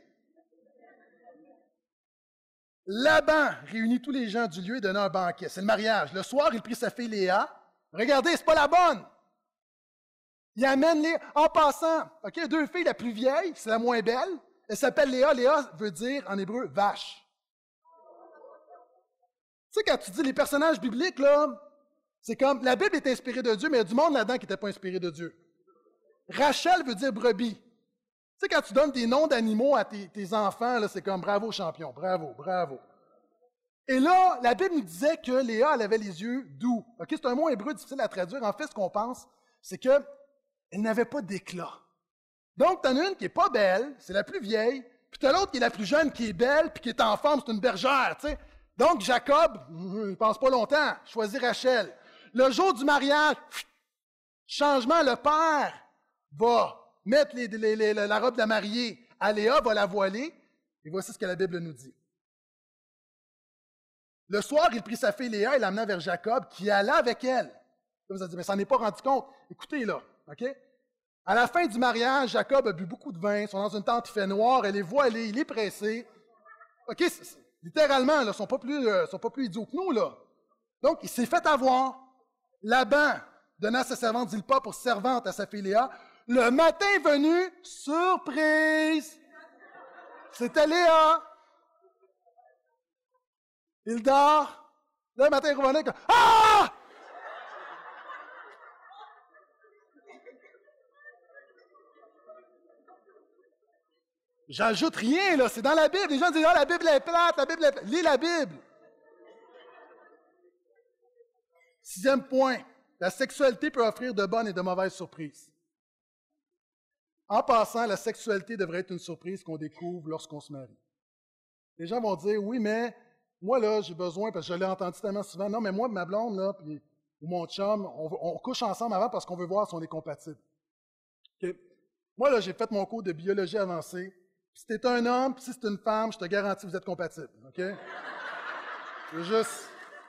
Laban réunit tous les gens du lieu et donna un banquet. C'est le mariage. Le soir, il prit sa fille Léa. Regardez, c'est pas la bonne. Il amène Léa. En passant, OK, deux filles, la plus vieille, c'est la moins belle. Elle s'appelle Léa. Léa veut dire, en hébreu, vache. Tu sais, quand tu dis les personnages bibliques, là, c'est comme, la Bible est inspirée de Dieu, mais il y a du monde là-dedans qui n'était pas inspiré de Dieu. Rachel veut dire brebis. Tu sais, quand tu donnes des noms d'animaux à tes, tes enfants, là, c'est comme bravo champion, bravo, bravo. Et là, la Bible nous disait que Léa, elle avait les yeux doux. OK, c'est un mot hébreu difficile à traduire. En fait, ce qu'on pense, c'est qu'elle n'avait pas d'éclat. Donc, tu en as une qui n'est pas belle, c'est la plus vieille, puis tu as l'autre qui est la plus jeune, qui est belle, puis qui est en forme, c'est une bergère, tu sais. Donc, Jacob, il ne pense pas longtemps, choisit Rachel. Le jour du mariage, changement, le père va mettre les, les, les, la robe de la mariée à Léa, va la voiler, et voici ce que la Bible nous dit. Le soir, il prit sa fille Léa et l'amena vers Jacob, qui alla avec elle. Là, vous allez dire, mais ça n'en est pas rendu compte. Écoutez, là, OK? À la fin du mariage, Jacob a bu beaucoup de vin, ils sont dans une tente, il fait noir, elle est voilée, il est pressé. OK? C'est, c'est, littéralement, ils ne sont pas plus, euh, sont pas plus idiots que nous, là. Donc, il s'est fait avoir. Laban donna sa servante Zilpa pour servante à sa fille Léa. Le matin venu, surprise! C'était Léa. Il dort. Là, le matin, il revenait comme ah! J'ajoute rien, là. C'est dans la Bible. Les gens disent, ah, la Bible est plate, la Bible est plate. Lis la Bible. Sixième point. La sexualité peut offrir de bonnes et de mauvaises surprises. En passant, la sexualité devrait être une surprise qu'on découvre lorsqu'on se marie. Les gens vont dire, oui, mais moi, là, j'ai besoin, parce que je l'ai entendu tellement souvent, non, mais moi, ma blonde, là, puis, ou mon chum, on, on couche ensemble avant parce qu'on veut voir si on est compatible. Okay? Moi, là, j'ai fait mon cours de biologie avancée. Si t'es un homme, puis si c'est une femme, je te garantis que vous êtes compatibles. OK? C'est juste...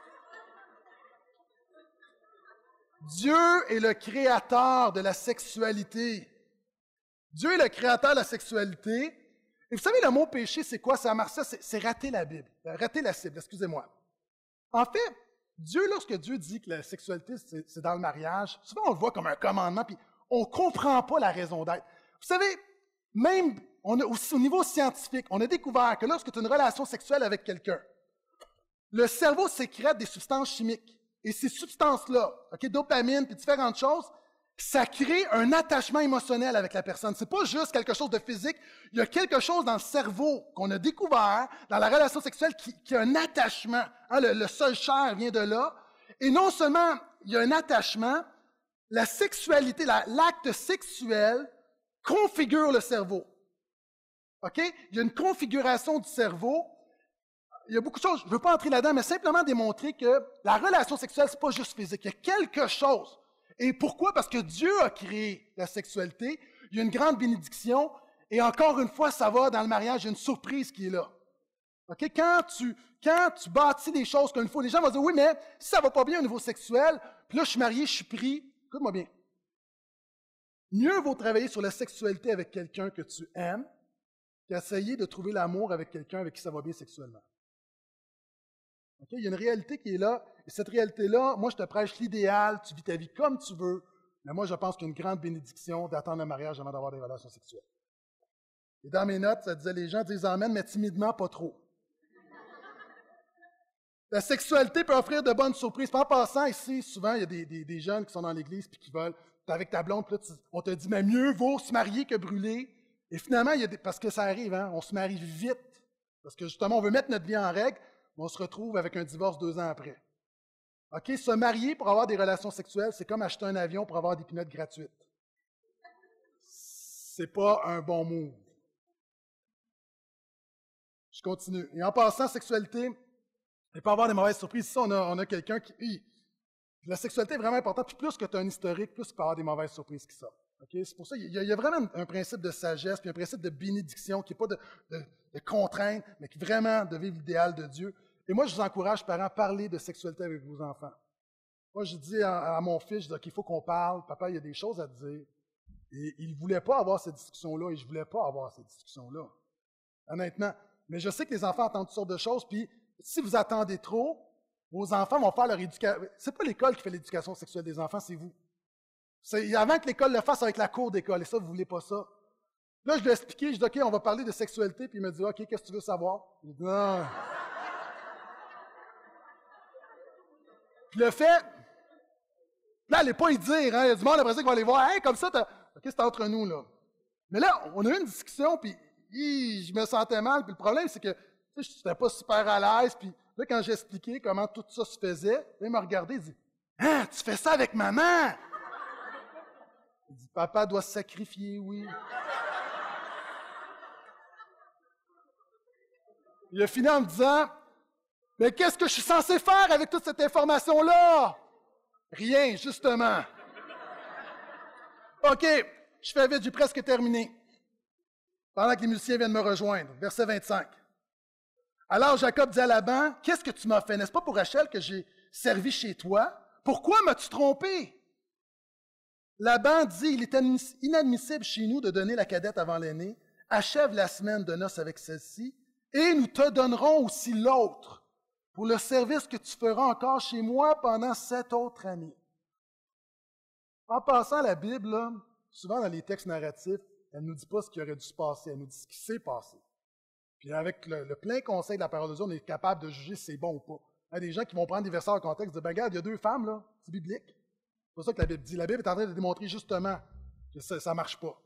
Dieu est le créateur de la sexualité. Dieu est le créateur de la sexualité. Et vous savez, le mot péché, c'est quoi? Ça marche ça, c'est, c'est rater la Bible, rater la cible, excusez-moi. En fait, Dieu, lorsque Dieu dit que la sexualité, c'est, c'est dans le mariage, souvent on le voit comme un commandement, puis on ne comprend pas la raison d'être. Vous savez, même on a, au, au niveau scientifique, on a découvert que lorsque tu as une relation sexuelle avec quelqu'un, le cerveau sécrète des substances chimiques. Et ces substances-là, okay, dopamine et différentes choses, ça crée un attachement émotionnel avec la personne. C'est pas juste quelque chose de physique. Il y a quelque chose dans le cerveau qu'on a découvert dans la relation sexuelle qui, qui a un attachement. Hein, le, le seul chair vient de là. Et non seulement il y a un attachement, la sexualité, la, l'acte sexuel configure le cerveau. OK? Il y a une configuration du cerveau. Il y a beaucoup de choses, je ne veux pas entrer là-dedans, mais simplement démontrer que la relation sexuelle, ce n'est pas juste physique. Il y a quelque chose. Et pourquoi? Parce que Dieu a créé la sexualité. Il y a une grande bénédiction. Et encore une fois, ça va dans le mariage, il y a une surprise qui est là. Okay? Quand, tu, quand tu bâtis des choses comme il faut, les gens vont dire, oui, mais si ça ne va pas bien au niveau sexuel, puis là, je suis marié, je suis pris, écoute-moi bien. Mieux vaut travailler sur la sexualité avec quelqu'un que tu aimes qu'essayer de trouver l'amour avec quelqu'un avec qui ça va bien sexuellement. Okay? Il y a une réalité qui est là, et cette réalité-là, moi, je te prêche l'idéal, tu vis ta vie comme tu veux, mais moi, je pense qu'il y a une grande bénédiction d'attendre le mariage avant d'avoir des relations sexuelles. Et dans mes notes, ça disait, les gens disent, emmène, mais timidement, pas trop. La sexualité peut offrir de bonnes surprises. En passant ici, souvent, il y a des, des, des jeunes qui sont dans l'église et qui veulent, t'es avec ta blonde, puis là, tu, on te dit, mais mieux vaut se marier que brûler. Et finalement, il y a des, parce que ça arrive, hein, on se marie vite, parce que justement, on veut mettre notre vie en règle, mais on se retrouve avec un divorce deux ans après. OK, se marier pour avoir des relations sexuelles, c'est comme acheter un avion pour avoir des pinottes gratuites. C'est pas un bon move. Je continue. Et en passant, sexualité, il peut y avoir des mauvaises surprises. Ici, on a, on a quelqu'un qui... Oui, la sexualité est vraiment importante. Puis plus que tu as un historique, plus il peut y avoir des mauvaises surprises qui sortent. Okay? C'est pour ça qu'il y, a, il y a vraiment un principe de sagesse, puis un principe de bénédiction, qui n'est pas de, de, de contrainte, mais qui est vraiment de vivre l'idéal de Dieu. Et moi, je vous encourage, parents, à parler de sexualité avec vos enfants. Moi, je dis à, à mon fils, je dis, OK, il faut qu'on parle. Papa, il y a des choses à te dire. Et il ne voulait pas avoir cette discussion-là, et je ne voulais pas avoir cette discussion-là. Honnêtement. Mais je sais que les enfants entendent toutes sortes de choses, puis si vous attendez trop, vos enfants vont faire leur éducation. C'est pas l'école qui fait l'éducation sexuelle des enfants, c'est vous. C'est avant que l'école le fasse avec la cour d'école, et ça, vous ne voulez pas ça. Là, je lui ai expliqué, je dis, OK, on va parler de sexualité, puis il me dit, OK, qu'est-ce que tu veux savoir? Je dis, non. Puis le fait, là, elle n'est pas y dire, hein, il y a du monde après ça qui va aller voir, hey, comme ça, t'as... OK, c'est entre nous, là. Mais là, on a eu une discussion, puis hi, je me sentais mal, puis le problème, c'est que tu sais, je n'étais pas super à l'aise, puis là, quand j'ai expliqué comment tout ça se faisait, là, il m'a regardé, il dit, « Hein, tu fais ça avec maman? » Il dit, « Papa doit se sacrifier, oui. » Il a fini en me disant, « Mais qu'est-ce que je suis censé faire avec toute cette information-là? » Rien, justement. OK, je fais vite, j'ai presque terminé. Pendant que les musiciens viennent me rejoindre. Verset vingt-cinq. Alors Jacob dit à Laban, « Qu'est-ce que tu m'as fait? N'est-ce pas pour Rachel que j'ai servi chez toi? Pourquoi m'as-tu trompé? » Laban dit, « Il est inadmissible chez nous de donner la cadette avant l'aînée. Achève la semaine de noces avec celle-ci, et nous te donnerons aussi l'autre pour le service que tu feras encore chez moi pendant sept autres années. » En passant à la Bible, là, souvent dans les textes narratifs, elle ne nous dit pas ce qui aurait dû se passer, elle nous dit ce qui s'est passé. Puis avec le, le plein conseil de la parole de Dieu, on est capable de juger si c'est bon ou pas. Il y a des gens qui vont prendre des versets en contexte et dire, ben regarde, il y a deux femmes, là, c'est biblique. C'est pour ça que la Bible dit. La Bible est en train de démontrer justement que ça ne marche pas.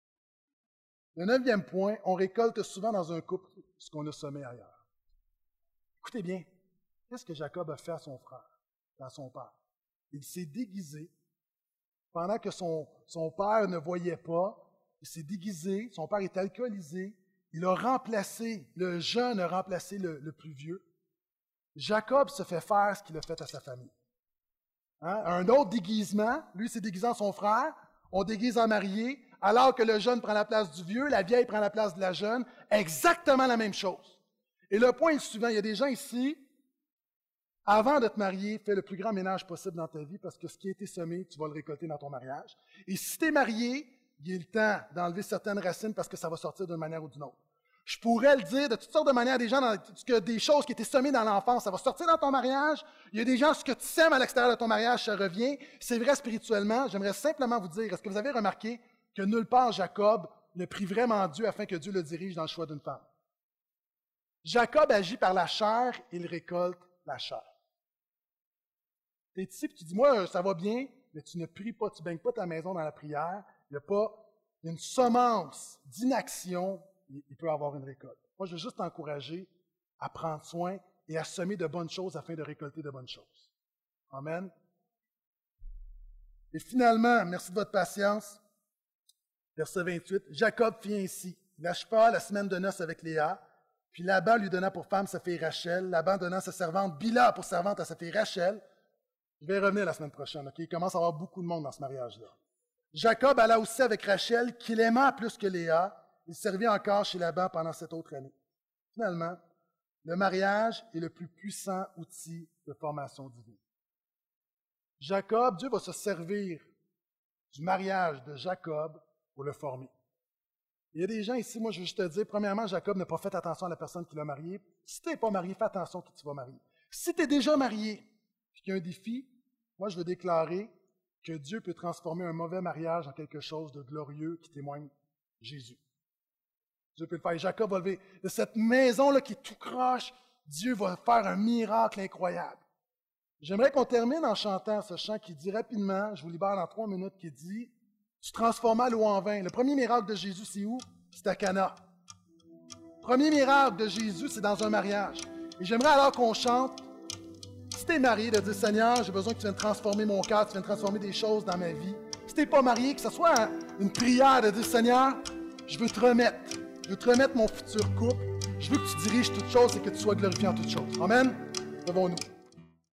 Le neuvième point, on récolte souvent dans un couple ce qu'on a semé ailleurs. Écoutez bien, qu'est-ce que Jacob a fait à son frère, à son père? Il s'est déguisé pendant que son, son père ne voyait pas. Il s'est déguisé, son père est alcoolisé, il a remplacé, le jeune a remplacé le, le plus vieux. Jacob se fait faire ce qu'il a fait à sa famille. Hein? Un autre déguisement, lui s'est déguisé en son frère, on déguise en marié, alors que le jeune prend la place du vieux, la vieille prend la place de la jeune, exactement la même chose. Et le point est suivant, il y a des gens ici, avant de te marier, fais le plus grand ménage possible dans ta vie, parce que ce qui a été semé, tu vas le récolter dans ton mariage. Et si tu es marié, il est le temps d'enlever certaines racines parce que ça va sortir d'une manière ou d'une autre. Je pourrais le dire de toutes sortes de manières, des gens, dans, que des choses qui étaient semées dans l'enfance, ça va sortir dans ton mariage. Il y a des gens, ce que tu sèmes à l'extérieur de ton mariage, ça revient. C'est vrai spirituellement. J'aimerais simplement vous dire, est-ce que vous avez remarqué que nulle part Jacob ne prie vraiment Dieu afin que Dieu le dirige dans le choix d'une femme? Jacob agit par la chair, il récolte la chair. Tu es ici et tu dis, moi, ça va bien, mais tu ne pries pas, tu ne baignes pas ta maison dans la prière. Il n'y a pas une semence d'inaction, il peut y avoir une récolte. Moi, je veux juste t'encourager à prendre soin et à semer de bonnes choses afin de récolter de bonnes choses. Amen. Et finalement, merci de votre patience. Verset vingt-huit, Jacob fit ainsi. Il acheva la semaine de noces avec Léa, puis Laban lui donna pour femme sa fille Rachel, Laban donnant sa servante Bila pour servante à sa fille Rachel. Je vais revenir la semaine prochaine, ok? Il commence à y avoir beaucoup de monde dans ce mariage-là. Jacob alla aussi avec Rachel, qu'il aima plus que Léa. Il servit encore chez Laban pendant cette autre année. Finalement, le mariage est le plus puissant outil de formation divine. Jacob, Dieu va se servir du mariage de Jacob pour le former. Il y a des gens ici, moi je veux juste te dire, premièrement, Jacob n'a pas fait attention à la personne qui l'a marié. Si tu n'es pas marié, fais attention à qui tu vas marier. Si tu es déjà marié et qu'il y a un défi, moi je veux déclarer que Dieu peut transformer un mauvais mariage en quelque chose de glorieux qui témoigne Jésus. Dieu peut le faire. Et Jacob va lever de cette maison-là qui est tout croche, Dieu va faire un miracle incroyable. J'aimerais qu'on termine en chantant ce chant qui dit rapidement, je vous libère dans trois minutes, qui dit « Tu transformas l'eau en vin ». Le premier miracle de Jésus, c'est où? C'est à Cana. Le premier miracle de Jésus, c'est dans un mariage. Et j'aimerais alors qu'on chante, si tu es marié, de dire « Seigneur, j'ai besoin que tu viennes transformer mon cœur, tu viennes transformer des choses dans ma vie. » Si tu n'es pas marié, que ce soit une prière de dire « Seigneur, je veux te remettre, je veux te remettre mon futur couple, je veux que tu diriges toutes choses et que tu sois glorifié en toutes choses. » Amen. Levons-nous.